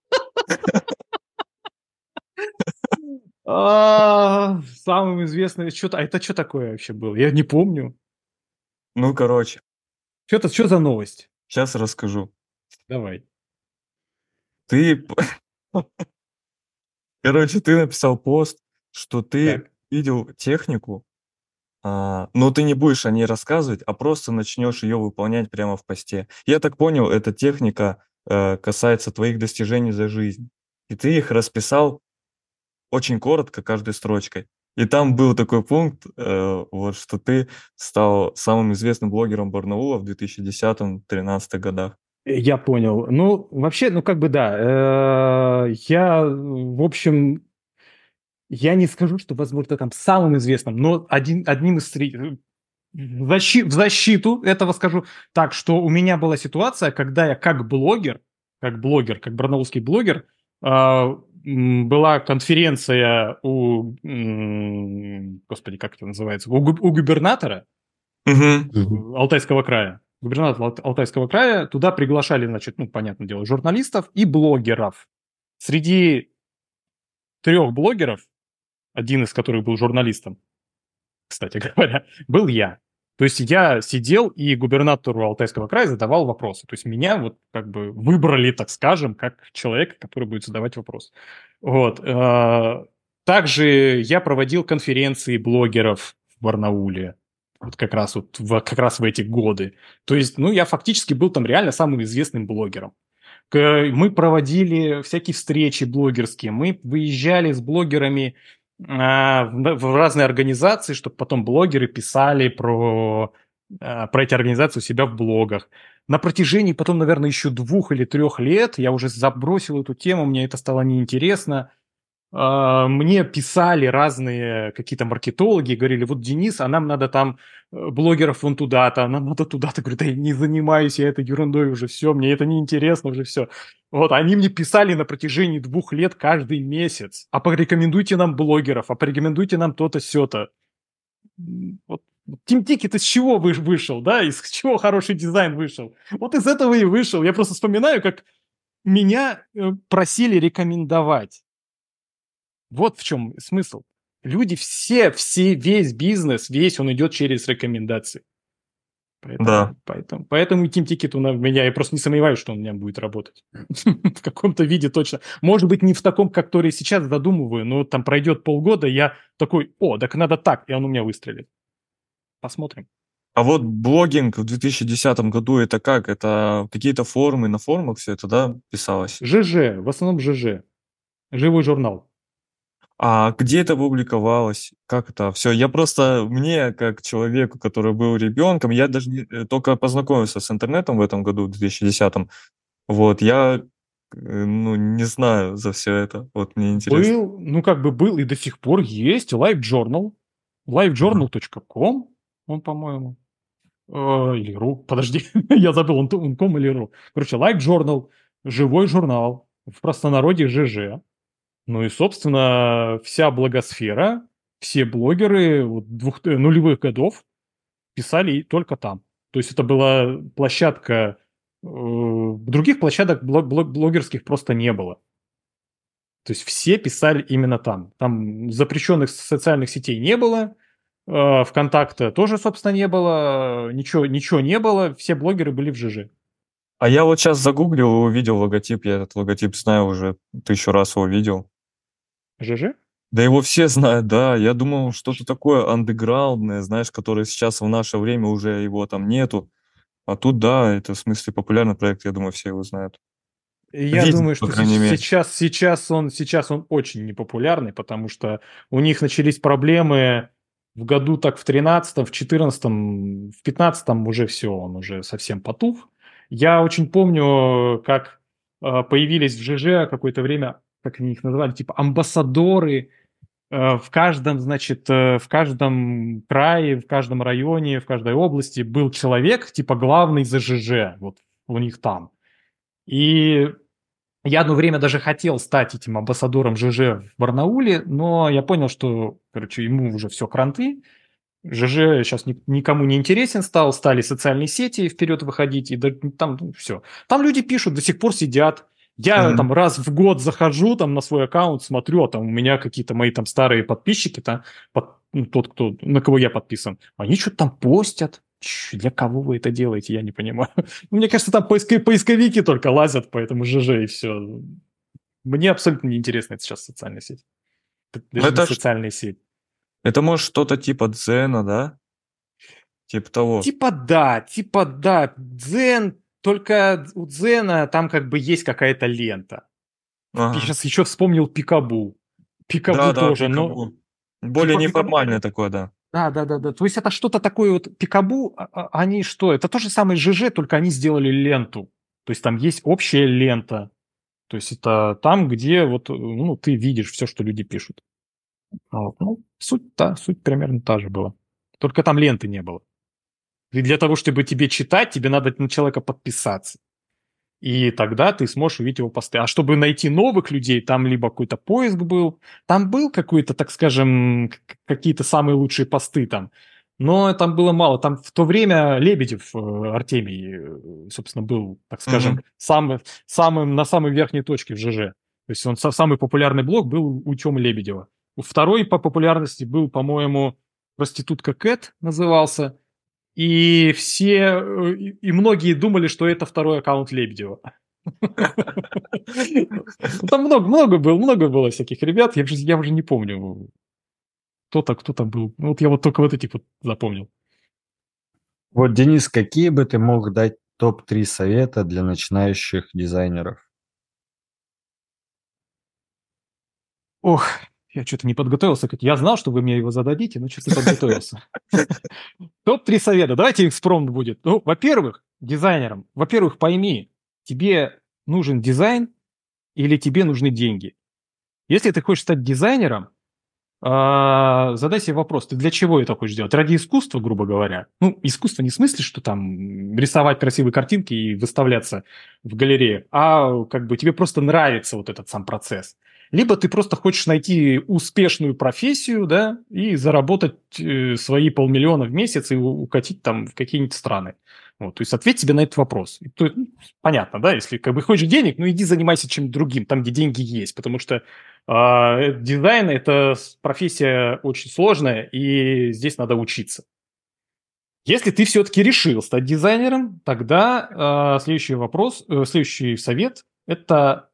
Speaker 1: Самым известным... А это что такое вообще было? Я не помню.
Speaker 2: Ну, короче,
Speaker 1: Что за новость?
Speaker 2: сейчас расскажу.
Speaker 1: Давай.
Speaker 2: Ты, короче, ты написал пост, что ты
Speaker 1: Так.
Speaker 2: видел технику, но ты не будешь о ней рассказывать, а просто начнешь ее выполнять прямо в посте. Я так понял, эта техника касается твоих достижений за жизнь. И ты их расписал очень коротко, каждой строчкой. И там был такой пункт, вот, что ты стал самым известным блогером Барнаула в 2010-2013 годах.
Speaker 1: Я понял. Ну, вообще, ну, как бы да. Я, в общем, я не скажу, что, возможно, там самым известным, но одним из в защиту этого скажу так, что у меня была ситуация, когда я как барнаульский блогер, была конференция господи, как это называется, у губернатора
Speaker 2: Угу.
Speaker 1: Алтайского края. Губернатор Алтайского края, туда приглашали, значит, ну, понятное дело, журналистов и блогеров. Среди 3 блогеров, один из которых был журналистом, кстати говоря, был я. То есть я сидел и губернатору Алтайского края задавал вопросы. То есть меня вот как бы выбрали, так скажем, как человека, который будет задавать вопросы. Вот. Также я проводил конференции блогеров в Барнауле. Вот как раз в эти годы. То есть, ну, я фактически был там реально самым известным блогером. Мы проводили всякие встречи блогерские, мы выезжали с блогерами в разные организации, чтобы потом блогеры писали про эти организации у себя в блогах. На протяжении потом, наверное, еще 2 или 3 лет я уже забросил эту тему, мне это стало неинтересно. Мне писали разные какие-то маркетологи, говорили, вот, Денис, а нам надо там блогеров вон туда-то, а нам надо туда-то. Говорю, да я не занимаюсь я этой ерундой уже, все, мне это неинтересно уже, все. Вот, они мне писали на протяжении 2 лет каждый месяц, а порекомендуйте нам блогеров, а порекомендуйте нам то-то, сё-то. Вот Тим Тики-то с чего вышел, да, из чего хороший дизайн вышел? Вот из этого и вышел. Я просто вспоминаю, как меня просили рекомендовать. Вот в чем смысл. Люди все, весь бизнес, весь он идет через рекомендации.
Speaker 2: Да.
Speaker 1: Поэтому и Team Ticket у меня, я просто не сомневаюсь, что он у меня будет работать. В каком-то виде точно. Может быть, не в таком, который сейчас задумываю, но там пройдет полгода, я такой, так надо так, и он у меня выстрелит. Посмотрим.
Speaker 2: А вот блогинг в 2010 году это как? Это какие-то форумы, на форумах все это, да, писалось?
Speaker 1: ЖЖ, в основном ЖЖ. Живой журнал.
Speaker 2: А где это публиковалось? Как это все? Я просто, мне, как человеку, который был ребенком, я даже только познакомился с интернетом в этом году, в 2010. Вот, я, ну, не знаю за все это. Вот мне интересно.
Speaker 1: Был и до сих пор есть LiveJournal. livejournal.com, он, по-моему. Или ру. Подожди, я забыл, он ком или ру. Короче, LiveJournal, живой журнал, в простонародье ЖЖ. Ну и, собственно, вся блогосфера, все блогеры нулевых годов писали только там. То есть это была площадка, других площадок блогерских просто не было. То есть все писали именно там. Там запрещенных социальных сетей не было, ВКонтакта тоже, собственно, не было, ничего не было, все блогеры были в ЖЖ.
Speaker 2: А я вот сейчас загуглил и увидел логотип. Я этот логотип знаю уже 1000 раз его видел.
Speaker 1: ЖЖ?
Speaker 2: Да его все знают, да. Я думал, что-то такое андеграундное, знаешь, которое сейчас в наше время уже его там нету. А тут, да, это в смысле популярный проект, я думаю, все его знают.
Speaker 1: Я
Speaker 2: Видят,
Speaker 1: думаю,
Speaker 2: по
Speaker 1: что
Speaker 2: крайней мере.
Speaker 1: сейчас он очень непопулярный, потому что у них начались проблемы в году так в 13-м, в 14-м, в 15-м уже все, он уже совсем потух. Я очень помню, как появились в ЖЖ какое-то время, как они их называли, типа амбассадоры. В каждом, значит, в каждом крае, в каждом районе, в каждой области был человек, типа главный за ЖЖ, вот у них там. И я одно время даже хотел стать этим амбассадором ЖЖ в Барнауле, но я понял, что, короче, ему уже все кранты. ЖЖ сейчас никому не интересен стал, стали социальные сети вперед выходить, и там все. Там люди пишут, до сих пор сидят. Я там раз в год захожу там на свой аккаунт, смотрю, а там у меня какие-то мои там старые подписчики, тот, на кого я подписан, они что-то там постят. Для кого вы это делаете, я не понимаю. Мне кажется, там поисковики только лазят по этому ЖЖ и все. Мне абсолютно неинтересна эта сейчас социальная сеть. Это
Speaker 2: Ну,
Speaker 1: даже не социальная сеть.
Speaker 2: это может что-то типа Дзена, да? Типа того.
Speaker 1: Типа да. Дзен, только у Дзена там как бы есть какая-то лента. Я
Speaker 2: Ага.
Speaker 1: сейчас еще вспомнил Пикабу. Пикабу
Speaker 2: Да,
Speaker 1: тоже, но...
Speaker 2: Пикабу. Более
Speaker 1: Типа Пикабу...
Speaker 2: неформальное такое, да.
Speaker 1: Да. То есть это что-то такое вот Пикабу, они что? Это то же самое ЖЖ, только они сделали ленту. То есть там есть общая лента. То есть это там, где вот, ну, ты видишь все, что люди пишут. Вот. Ну, суть примерно та же была. Только там ленты не было. И для того, чтобы тебе читать, тебе надо на человека подписаться. И тогда ты сможешь увидеть его посты. А чтобы найти новых людей, там либо какой-то поиск был, там был какой-то, так скажем, какие-то самые лучшие посты там. Но там было мало. Там в то время Лебедев, Артемий, собственно, был, так скажем, на самой верхней точке в ЖЖ. То есть он самый популярный блог был у Тёмы Лебедева. Второй по популярности был, по-моему, «Проститутка Кэт» назывался. И многие думали, что это второй аккаунт Лебедева. Там много было всяких ребят, я уже не помню, кто там был. Вот я вот только вот этих вот запомнил.
Speaker 4: Вот, Денис, какие бы ты мог дать топ-3 совета для начинающих дизайнеров?
Speaker 1: Ох, Я что-то не подготовился. Я знал, что вы мне его зададите, но что-то не подготовился. Топ-3 совета. Давайте экспромт будет. Ну, во-первых, дизайнерам. Во-первых, пойми, тебе нужен дизайн или тебе нужны деньги. Если ты хочешь стать дизайнером, задай себе вопрос, ты для чего это хочешь делать? Ради искусства, грубо говоря. Ну, искусство не в смысле, что там рисовать красивые картинки и выставляться в галерее, а как бы тебе просто нравится вот этот сам процесс. Либо ты просто хочешь найти успешную профессию, да, и заработать свои 500 000 в месяц и укатить там в какие-нибудь страны. Вот, то есть ответь себе на этот вопрос. Понятно, да, если как бы хочешь денег, ну иди занимайся чем-то другим, там, где деньги есть, потому что дизайн – это профессия очень сложная, и здесь надо учиться. Если ты все-таки решил стать дизайнером, тогда следующий совет – это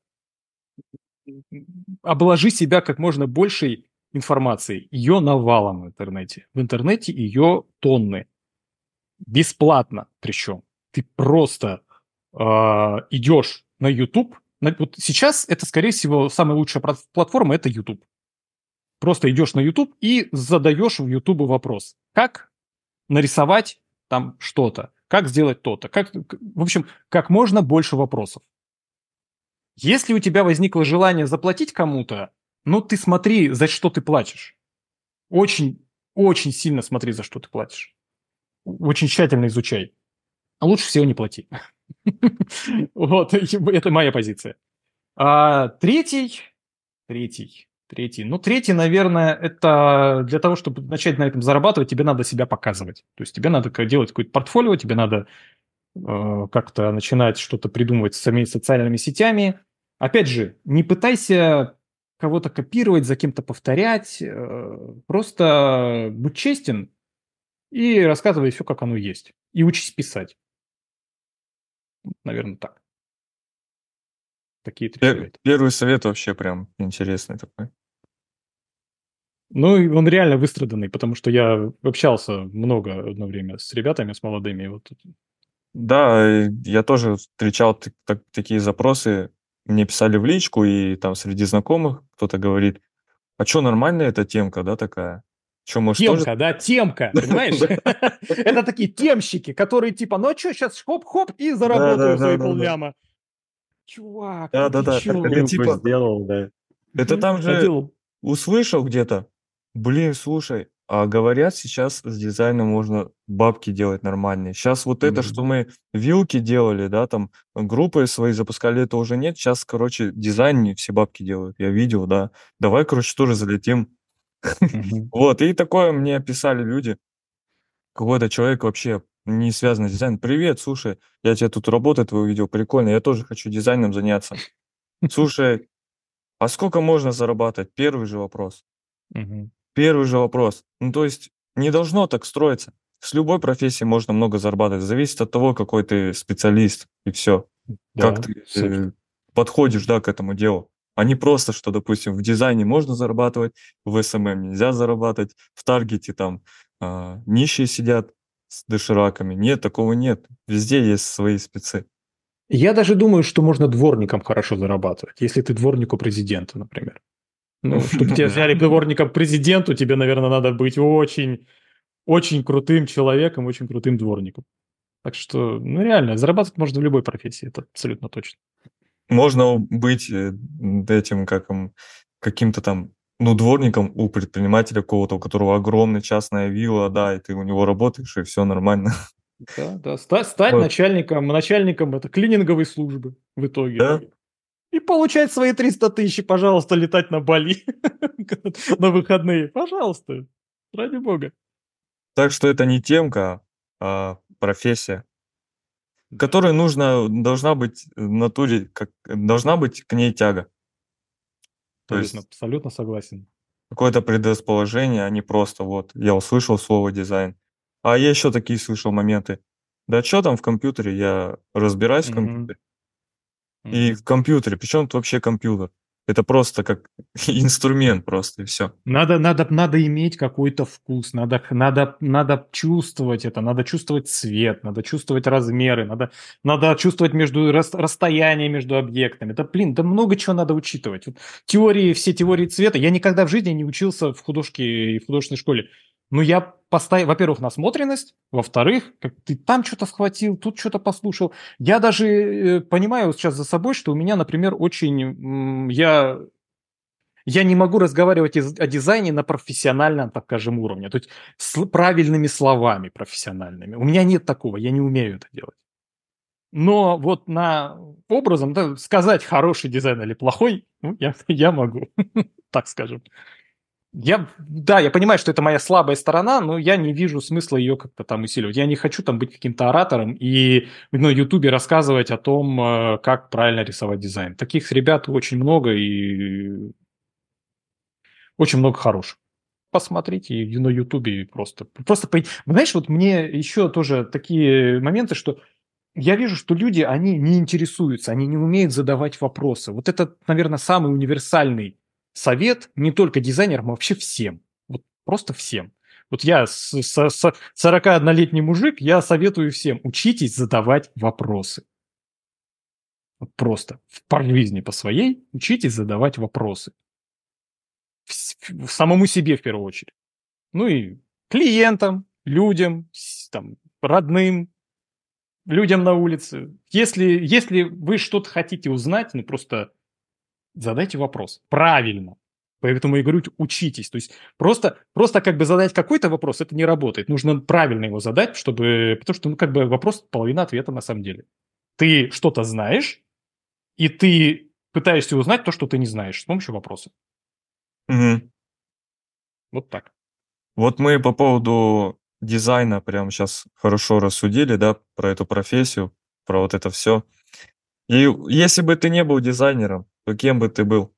Speaker 1: обложи себя как можно большей информацией. Ее навалом в интернете. В интернете ее тонны. Бесплатно причем. Ты просто идешь на YouTube. Вот сейчас это, скорее всего, самая лучшая платформа – это YouTube. Просто идешь на YouTube и задаешь в YouTube вопрос. Как нарисовать там что-то? Как сделать то-то? В общем, как можно больше вопросов. Если у тебя возникло желание заплатить кому-то, ну ты смотри, за что ты платишь. Очень, очень сильно смотри, за что ты платишь. Очень тщательно изучай. А лучше всего не плати. Вот, это моя позиция. Третий, наверное, это для того, чтобы начать на этом зарабатывать, тебе надо себя показывать. То есть тебе надо делать какое-то портфолио, тебе надо как-то начинать что-то придумывать с самими социальными сетями. Опять же, не пытайся кого-то копировать, за кем-то повторять. Просто будь честен и рассказывай все, как оно есть. И учись писать. Наверное, так. Такие 3 совета.
Speaker 2: Первый совет вообще прям интересный такой.
Speaker 1: Ну, и он реально выстраданный, потому что я общался много одно время с ребятами, с молодыми. Вот.
Speaker 2: Да, я тоже встречал такие запросы. Мне писали в личку, и там среди знакомых кто-то говорит, а что, нормальная эта темка, да, такая? Что, может, тоже...
Speaker 1: Темка, да, темка, понимаешь? Это такие темщики, которые типа, ну а что, сейчас хоп-хоп и заработаю свои полляма. Чувак, ну ты
Speaker 2: Да-да-да.
Speaker 1: чё?
Speaker 2: Это типа,
Speaker 4: сделал, да.
Speaker 2: это там же
Speaker 1: Наделал.
Speaker 2: услышал где-то, блин, слушай, а говорят, сейчас с дизайном можно бабки делать нормальные. Сейчас вот это, что мы вилки делали, да, там группы свои запускали, это уже нет. Сейчас, короче, дизайн все бабки делают. Я видел, да. Давай, короче, тоже залетим. Вот, и такое мне писали люди. Какой-то человек вообще не связанный с дизайном. Привет, слушай, я тебе тут работаю, твое видео прикольно, я тоже хочу дизайном заняться. Слушай, а сколько можно зарабатывать? Первый же вопрос. Первый же вопрос. Ну, то есть не должно так строиться. С любой профессией можно много зарабатывать. Зависит от того, какой ты специалист, и все. Как ты подходишь, да, к этому делу. А не просто, что, допустим, в дизайне можно зарабатывать, в СММ нельзя зарабатывать, в таргете там нищие сидят с дошираками. Нет, такого нет. Везде есть свои спецы.
Speaker 1: Я даже думаю, что можно дворником хорошо зарабатывать, если ты дворник у президента, например. Ну, чтобы тебя взяли дворником к президенту, тебе, наверное, надо быть очень, очень крутым человеком, очень крутым дворником. Так что, ну, реально, зарабатывать можно в любой профессии, это абсолютно точно.
Speaker 2: Можно быть этим, каким-то там, ну, дворником у предпринимателя какого-то, у которого огромная частная вилла, да, и ты у него работаешь, и все нормально.
Speaker 1: Да. Стать
Speaker 2: Вот.
Speaker 1: начальником это клининговой службы в итоге.
Speaker 2: Да.
Speaker 1: И получать свои 300 000, пожалуйста, летать на Бали на выходные. Пожалуйста, ради бога.
Speaker 2: Так что это не темка, а профессия, которой должна быть в натуре, должна быть к ней тяга. То есть
Speaker 1: Абсолютно согласен.
Speaker 2: какое-то предрасположение, а не просто вот я услышал слово дизайн. А я еще такие слышал моменты. Да что там в компьютере, я разбираюсь в компьютере. И в компьютере, причем тут вообще компьютер? Это просто как инструмент просто, и все.
Speaker 1: Надо иметь какой-то вкус, надо чувствовать это, надо чувствовать цвет, надо чувствовать размеры, надо чувствовать расстояние между объектами. Да много чего надо учитывать. Вот все теории цвета. Я никогда в жизни не учился в художке и в художественной школе. Но я поставил, во-первых, насмотренность, во-вторых, как ты там что-то схватил, тут что-то послушал. Я даже понимаю вот сейчас за собой, что у меня, например, я не могу разговаривать о дизайне на профессиональном, так скажем, уровне, то есть с правильными словами профессиональными. У меня нет такого, я не умею это делать. Но вот образом, да, сказать, хороший дизайн или плохой, ну, я могу, так скажем. Я понимаю, что это моя слабая сторона, но я не вижу смысла ее как-то там усиливать. Я не хочу там быть каким-то оратором и на Ютубе рассказывать о том, как правильно рисовать дизайн. Таких ребят очень много и очень много хороших. Посмотрите на Ютубе просто. Знаешь, вот мне еще тоже такие моменты, что я вижу, что люди, они не интересуются, они не умеют задавать вопросы. Вот это, наверное, самый универсальный совет не только дизайнерам, а вообще всем. Вот просто всем. Вот я 41-летний мужик, я советую всем, учитесь задавать вопросы. Вот просто по жизни по своей учитесь задавать вопросы. Самому себе в первую очередь. Ну и клиентам, людям, там, родным, людям на улице. Если вы что-то хотите узнать, ну просто задайте вопрос. Правильно. Поэтому я говорю, учитесь. То есть просто как бы задать какой-то вопрос, это не работает. Нужно правильно его задать, потому что, ну, как бы вопрос половина ответа на самом деле. Ты что-то знаешь, и ты пытаешься узнать то, что ты не знаешь с помощью вопроса.
Speaker 2: Мгм.
Speaker 1: Вот так.
Speaker 2: Вот мы по поводу дизайна прямо сейчас хорошо рассудили, да, про эту профессию, про вот это все. И если бы ты не был дизайнером, то кем бы ты был?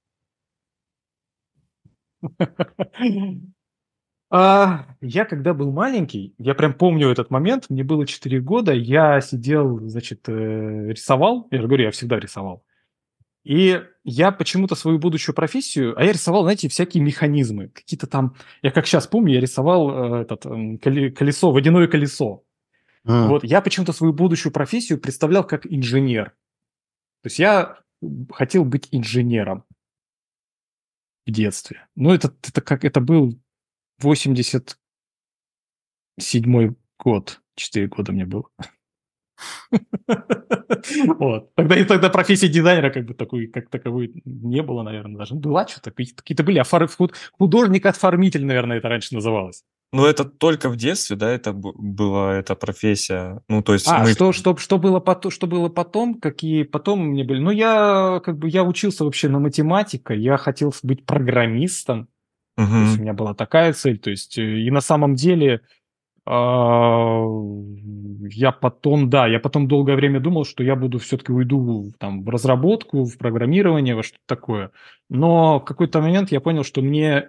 Speaker 1: Я когда был маленький, я прям помню этот момент, мне было 4 года, я сидел, значит, рисовал, я же говорю, я всегда рисовал. И я почему-то свою будущую профессию, я рисовал, знаете, всякие механизмы, какие-то там, я как сейчас помню, я рисовал колесо, водяное колесо. Вот, я почему-то свою будущую профессию представлял как инженер. То есть я хотел быть инженером в детстве. Ну, это был 87-й год, 4 года мне было. Вот. Тогда профессии дизайнера как бы такой, как таковой не было, наверное, даже. Ну, была что-то, какие-то были. Художник-оформитель, наверное, это раньше называлось.
Speaker 2: Ну, это только в детстве, да, это была эта профессия. Ну, то есть мы...
Speaker 1: Что было потом, какие потом мне были? Ну, я учился вообще на математика, я хотел быть программистом, то есть у
Speaker 2: Мгм.
Speaker 1: меня была такая цель, то есть и на самом деле а, я потом долгое время думал, что я все-таки уйду там в разработку, в программирование, во что-то такое. Но в какой-то момент я понял, что мне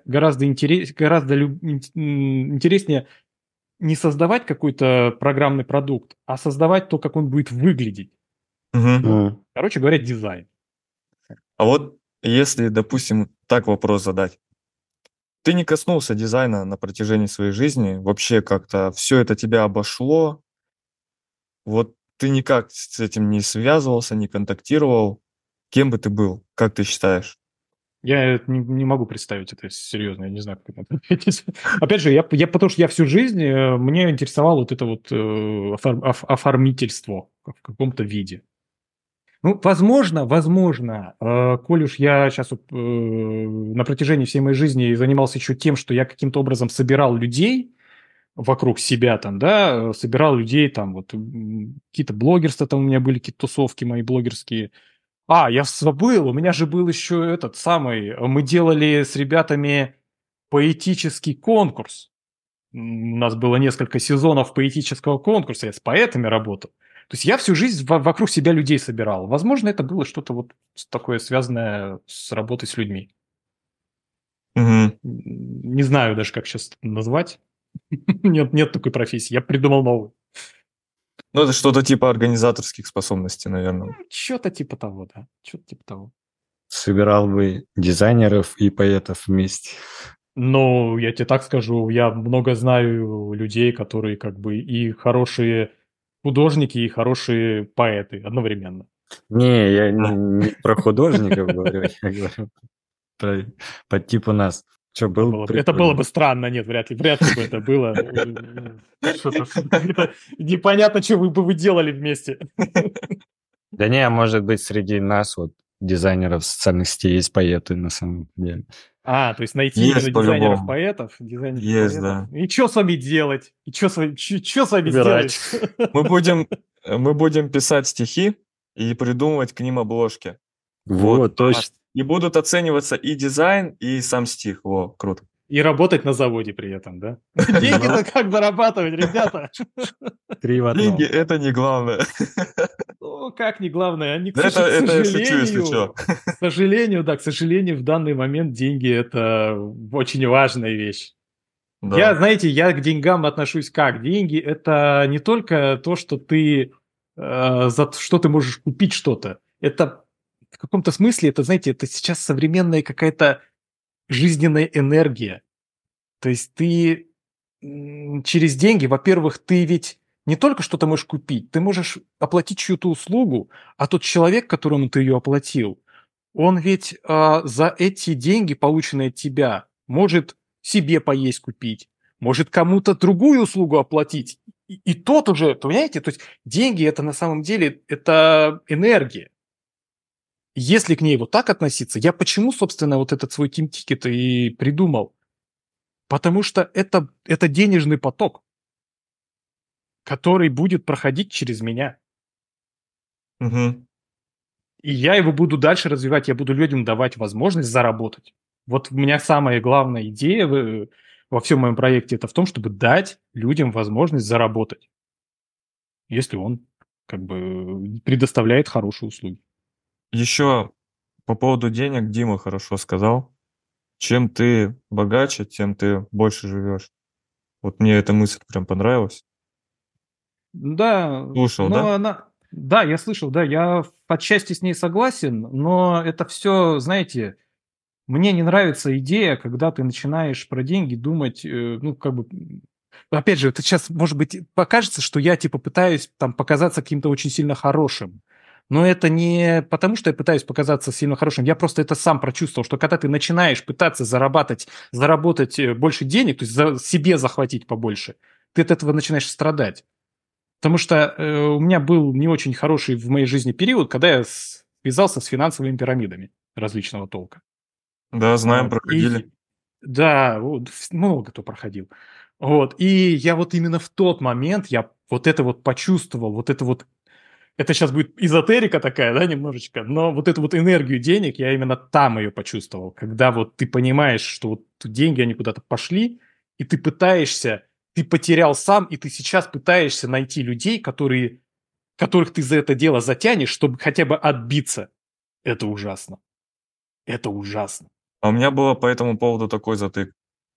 Speaker 1: интереснее не создавать какой-то программный продукт, а создавать то, как он будет выглядеть.
Speaker 2: Мгм.
Speaker 1: Короче говоря, дизайн.
Speaker 2: А вот если, допустим, так вопрос задать. Ты не коснулся дизайна на протяжении своей жизни, вообще как-то все это тебя обошло, вот ты никак с этим не связывался, не контактировал. Кем бы ты был, как ты считаешь?
Speaker 1: Я не могу представить это серьезно, я не знаю, как это ответить. Опять же, потому что я всю жизнь, мне интересовало вот это вот оформительство в каком-то виде. Ну, возможно, коль уж я сейчас на протяжении всей моей жизни занимался еще тем, что я каким-то образом собирал людей вокруг себя там, да, собирал людей там, вот какие-то блогерства там у меня были, какие-то тусовки мои блогерские. Я забыл, у меня же был еще этот самый, мы делали с ребятами поэтический конкурс. У нас было несколько сезонов поэтического конкурса, я с поэтами работал. То есть я всю жизнь вокруг себя людей собирал. Возможно, это было что-то вот такое связанное с работой с людьми.
Speaker 2: Мгм.
Speaker 1: Не знаю даже, как сейчас это назвать. Нет такой профессии. Я придумал новую.
Speaker 2: Ну, это что-то типа организаторских способностей, наверное.
Speaker 1: Что-то типа того, да. Что-то типа того.
Speaker 4: собирал бы дизайнеров и поэтов вместе.
Speaker 1: Ну, я тебе так скажу, я много знаю людей, которые как бы и хорошие художники, и хорошие поэты одновременно.
Speaker 4: Не, я не про художников говорю, я говорю про по типу нас. Что, было бы
Speaker 1: Это было
Speaker 4: прикольно.
Speaker 1: бы странно, нет, вряд ли бы это было. Что-то это непонятно, что вы делали вместе.
Speaker 4: Да не, может быть, среди нас, вот, дизайнеров социальных сетей, есть поэты на самом деле.
Speaker 1: То есть найти
Speaker 2: Есть
Speaker 1: именно
Speaker 2: по-любому.
Speaker 1: дизайнеров-поэтов,
Speaker 2: Есть,
Speaker 1: дизайнеров-поэтов.
Speaker 2: да.
Speaker 1: И что с вами делать? И что с вами
Speaker 4: Убирать.
Speaker 1: сделать?
Speaker 2: Мы будем писать стихи и придумывать к ним обложки.
Speaker 4: Вот, точно.
Speaker 2: И будут оцениваться и дизайн, и сам стих. Во, круто.
Speaker 1: И работать на заводе при этом, да? Деньги-то как зарабатывать, ребята?
Speaker 4: 3 в 1.
Speaker 2: Деньги – это не главное.
Speaker 1: Ну, как не главное, они, к
Speaker 2: Это я шучу, если что.
Speaker 1: к сожалению, в данный момент деньги – это очень важная вещь.
Speaker 2: Да.
Speaker 1: Я к деньгам отношусь как? Деньги – это не только то, что ты за что ты можешь купить что-то. Это в каком-то смысле, это, знаете, это сейчас современная какая-то жизненная энергия. То есть ты через деньги, во-первых, ты ведь не только что-то можешь купить, ты можешь оплатить чью-то услугу, а тот человек, которому ты ее оплатил, он ведь за эти деньги, полученные от тебя, может себе поесть купить, может кому-то другую услугу оплатить. И тот уже, понимаете, то есть деньги это на самом деле это энергия. Если к ней вот так относиться, я почему, собственно, вот этот свой тим-тикет и придумал? Потому что это денежный поток, который будет проходить через меня.
Speaker 2: Мгм.
Speaker 1: И я его буду дальше развивать, я буду людям давать возможность заработать. Вот у меня самая главная идея во всем моем проекте это в том, чтобы дать людям возможность заработать, если он как бы предоставляет хорошие услуги.
Speaker 2: Еще по поводу денег Дима хорошо сказал. Чем ты богаче, тем ты больше живешь. Вот мне эта мысль прям понравилась.
Speaker 1: Да,
Speaker 2: Слушал,
Speaker 1: но
Speaker 2: да?
Speaker 1: да, я слышал, да, я отчасти с ней согласен, но это все, знаете, мне не нравится идея, когда ты начинаешь про деньги думать, ну, как бы, опять же, это сейчас, может быть, покажется, что я, типа, пытаюсь там показаться каким-то очень сильно хорошим. Но это не потому, что я пытаюсь показаться сильно хорошим. Я просто это сам прочувствовал, что когда ты начинаешь пытаться заработать больше денег, то есть себе захватить побольше, ты от этого начинаешь страдать. Потому что у меня был не очень хороший в моей жизни период, когда я связался с финансовыми пирамидами различного толка.
Speaker 2: Да, знаем,
Speaker 1: Вот.
Speaker 2: проходили.
Speaker 1: Да, вот, много кто проходил. Вот. И я вот именно в тот момент, я вот это вот почувствовал, вот это вот, это сейчас будет эзотерика такая, да, немножечко, но вот эту вот энергию денег, я именно там ее почувствовал, когда вот ты понимаешь, что вот деньги, они куда-то пошли, и ты пытаешься, ты потерял сам, и ты сейчас пытаешься найти людей, которых ты за это дело затянешь, чтобы хотя бы отбиться. Это ужасно. Это ужасно.
Speaker 2: А у меня было по этому поводу такой затык.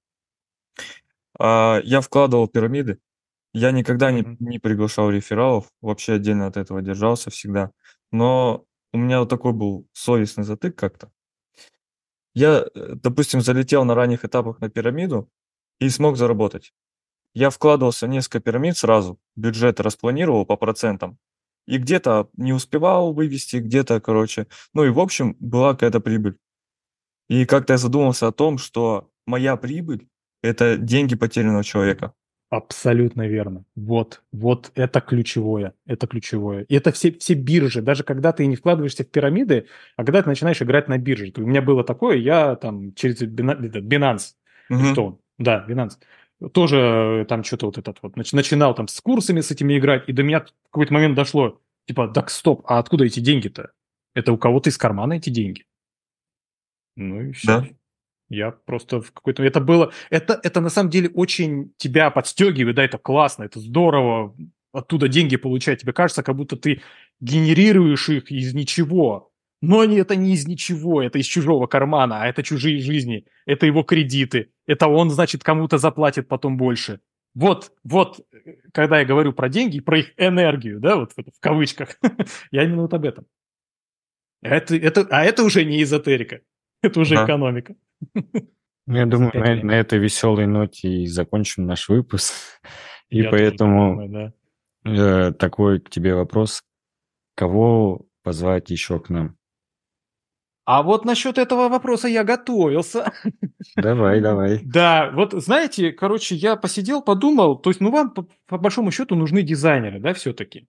Speaker 2: Я вкладывал в пирамиды. Я никогда
Speaker 1: Мгм.
Speaker 2: не приглашал рефералов, вообще отдельно от этого держался всегда. Но у меня вот такой был совестный затык как-то. Я, допустим, залетел на ранних этапах на пирамиду и смог заработать. Я вкладывался в несколько пирамид сразу, бюджет распланировал по процентам. И где-то не успевал вывести, где-то, короче. Ну и в общем была какая-то прибыль. И как-то я задумался о том, что моя прибыль – это деньги потерянного человека.
Speaker 1: Абсолютно верно. Вот это ключевое. Это ключевое. И это все биржи. Даже когда ты не вкладываешься в пирамиды, а когда ты начинаешь играть на бирже. У меня было такое, я там через Binance, или
Speaker 2: Мгм.
Speaker 1: кто он? Да, Binance. Тоже там что-то вот этот вот начинал там с курсами с этими играть, и до меня в какой-то момент дошло, типа, так стоп, а откуда эти деньги-то? Это у кого-то из кармана эти деньги. Ну и все.
Speaker 2: Да.
Speaker 1: Я просто в какой-то... Это на самом деле очень тебя подстегивает, да, это классно, это здорово, оттуда деньги получать. Тебе кажется, как будто ты генерируешь их из ничего. Но это не из ничего, это из чужого кармана, а это чужие жизни, это его кредиты, это он, значит, кому-то заплатит потом больше. Когда я говорю про деньги, про их энергию, да, вот в кавычках, я именно вот об этом. А это уже не эзотерика, это уже
Speaker 2: Да.
Speaker 1: экономика.
Speaker 4: Ну, я думаю,
Speaker 1: За 5 лет.
Speaker 4: на этой веселой ноте и закончим наш выпуск. И
Speaker 1: Я тоже так
Speaker 4: поэтому
Speaker 1: думаю, да.
Speaker 4: такой к тебе вопрос. Кого позвать еще к нам?
Speaker 1: А вот насчет этого вопроса я готовился.
Speaker 4: Давай.
Speaker 1: Да, вот знаете, короче, я посидел, подумал, то есть, ну, вам по большому счету нужны дизайнеры, да, все-таки.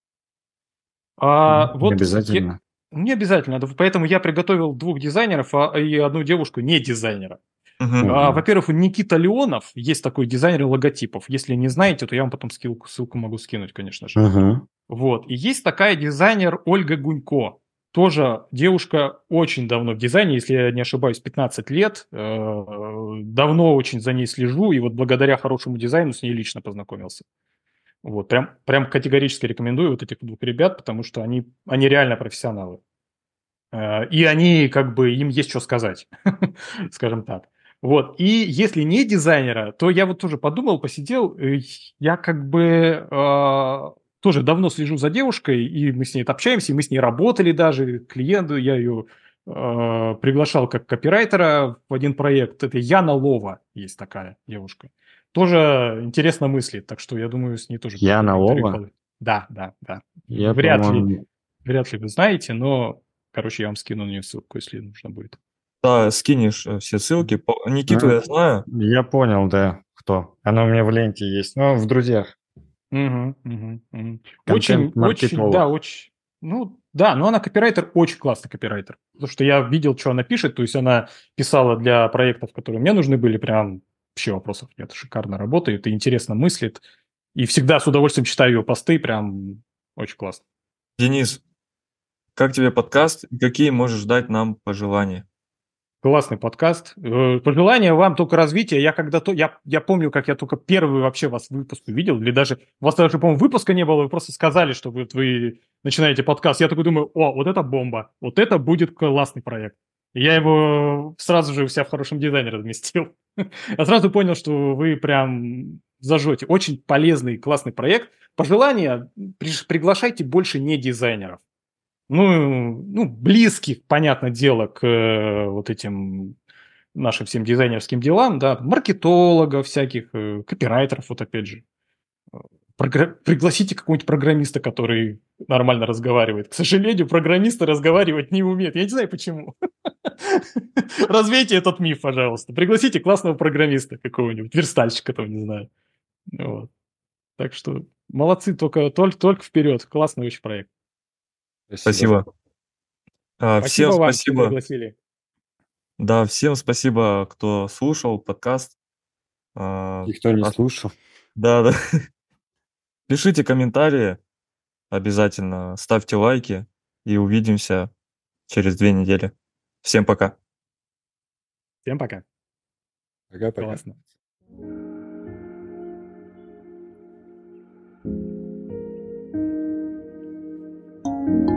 Speaker 1: А
Speaker 4: Не
Speaker 1: вот
Speaker 4: обязательно.
Speaker 1: не обязательно, поэтому я приготовил 2 дизайнеров и 1 девушку не дизайнера.
Speaker 2: Мгм.
Speaker 4: Ого.
Speaker 1: Во-первых, Никита Леонов, есть такой дизайнер логотипов. Если не знаете, то я вам потом ссылку могу скинуть, конечно же.
Speaker 4: Ага.
Speaker 1: Вот. И есть такая дизайнер Ольга Гунько. Тоже девушка очень давно в дизайне, если я не ошибаюсь, 15 лет. Давно очень за ней слежу, и вот благодаря хорошему дизайну с ней лично познакомился. Вот. Прям категорически рекомендую вот этих 2 ребят, потому что они реально профессионалы. И они, как бы, им есть что сказать, скажем так. Вот. И если не дизайнера, то я вот тоже подумал, посидел, я как бы тоже давно слежу за девушкой, и мы с ней общаемся, и мы с ней работали даже, клиенту, я ее приглашал как копирайтера в один проект. Это Яна Лова, есть такая девушка. Тоже интересно мыслит, так что я думаю, с ней тоже
Speaker 4: Яна
Speaker 1: какое-нибудь интервью
Speaker 4: Лова?
Speaker 1: получится. Да.
Speaker 4: Я,
Speaker 1: Вряд ли
Speaker 4: по-моему,
Speaker 1: вы знаете, но, короче, я вам скину на нее ссылку, если нужно будет.
Speaker 2: Да, скинешь все ссылки. Никиту я знаю.
Speaker 4: я понял, да, кто. Она у меня в ленте есть. Ну, в друзьях.
Speaker 1: Очень, да,
Speaker 4: Контент-маркетолог.
Speaker 1: очень. Ну, да, но она копирайтер, очень классный копирайтер. Потому что я видел, что она пишет, то есть она писала для проектов, которые мне нужны были, прям вообще вопросов нет, шикарно работает и интересно мыслит. И всегда с удовольствием читаю ее посты, прям очень классно.
Speaker 2: Денис, как тебе подкаст и какие можешь дать нам пожелания?
Speaker 1: Классный подкаст. Пожелания вам только развития. Я помню, как я только первый вообще вас выпуск увидел, или даже у вас даже, по-моему, выпуска не было, вы просто сказали, что вы начинаете подкаст. Я такой думаю, вот это бомба, вот это будет классный проект. И я его сразу же у себя в хорошем дизайне разместил. Я сразу понял, что вы прям зажжете. Очень полезный, классный проект. Пожелания, приглашайте больше не дизайнеров. Близких, понятное дело, к вот этим нашим всем дизайнерским делам, да, маркетологов всяких, копирайтеров, вот опять же. Пригласите какого-нибудь программиста, который нормально разговаривает. К сожалению, программисты разговаривать не умеют. Я не знаю, почему. Развейте этот миф, пожалуйста. Пригласите классного программиста какого-нибудь, верстальщика там, не знаю. Вот. Так что молодцы, только вперед. Классный очень проект.
Speaker 2: Спасибо.
Speaker 1: Спасибо
Speaker 2: Всем
Speaker 1: вам, что
Speaker 2: спасибо.
Speaker 1: пригласили.
Speaker 2: Да, всем спасибо, кто слушал подкаст.
Speaker 4: И кто не слушал.
Speaker 2: Да. Пишите комментарии обязательно, ставьте лайки и увидимся через 2 недели. Всем пока.
Speaker 1: Всем пока.
Speaker 4: Пока-пока.
Speaker 1: Классно.
Speaker 3: Thank you.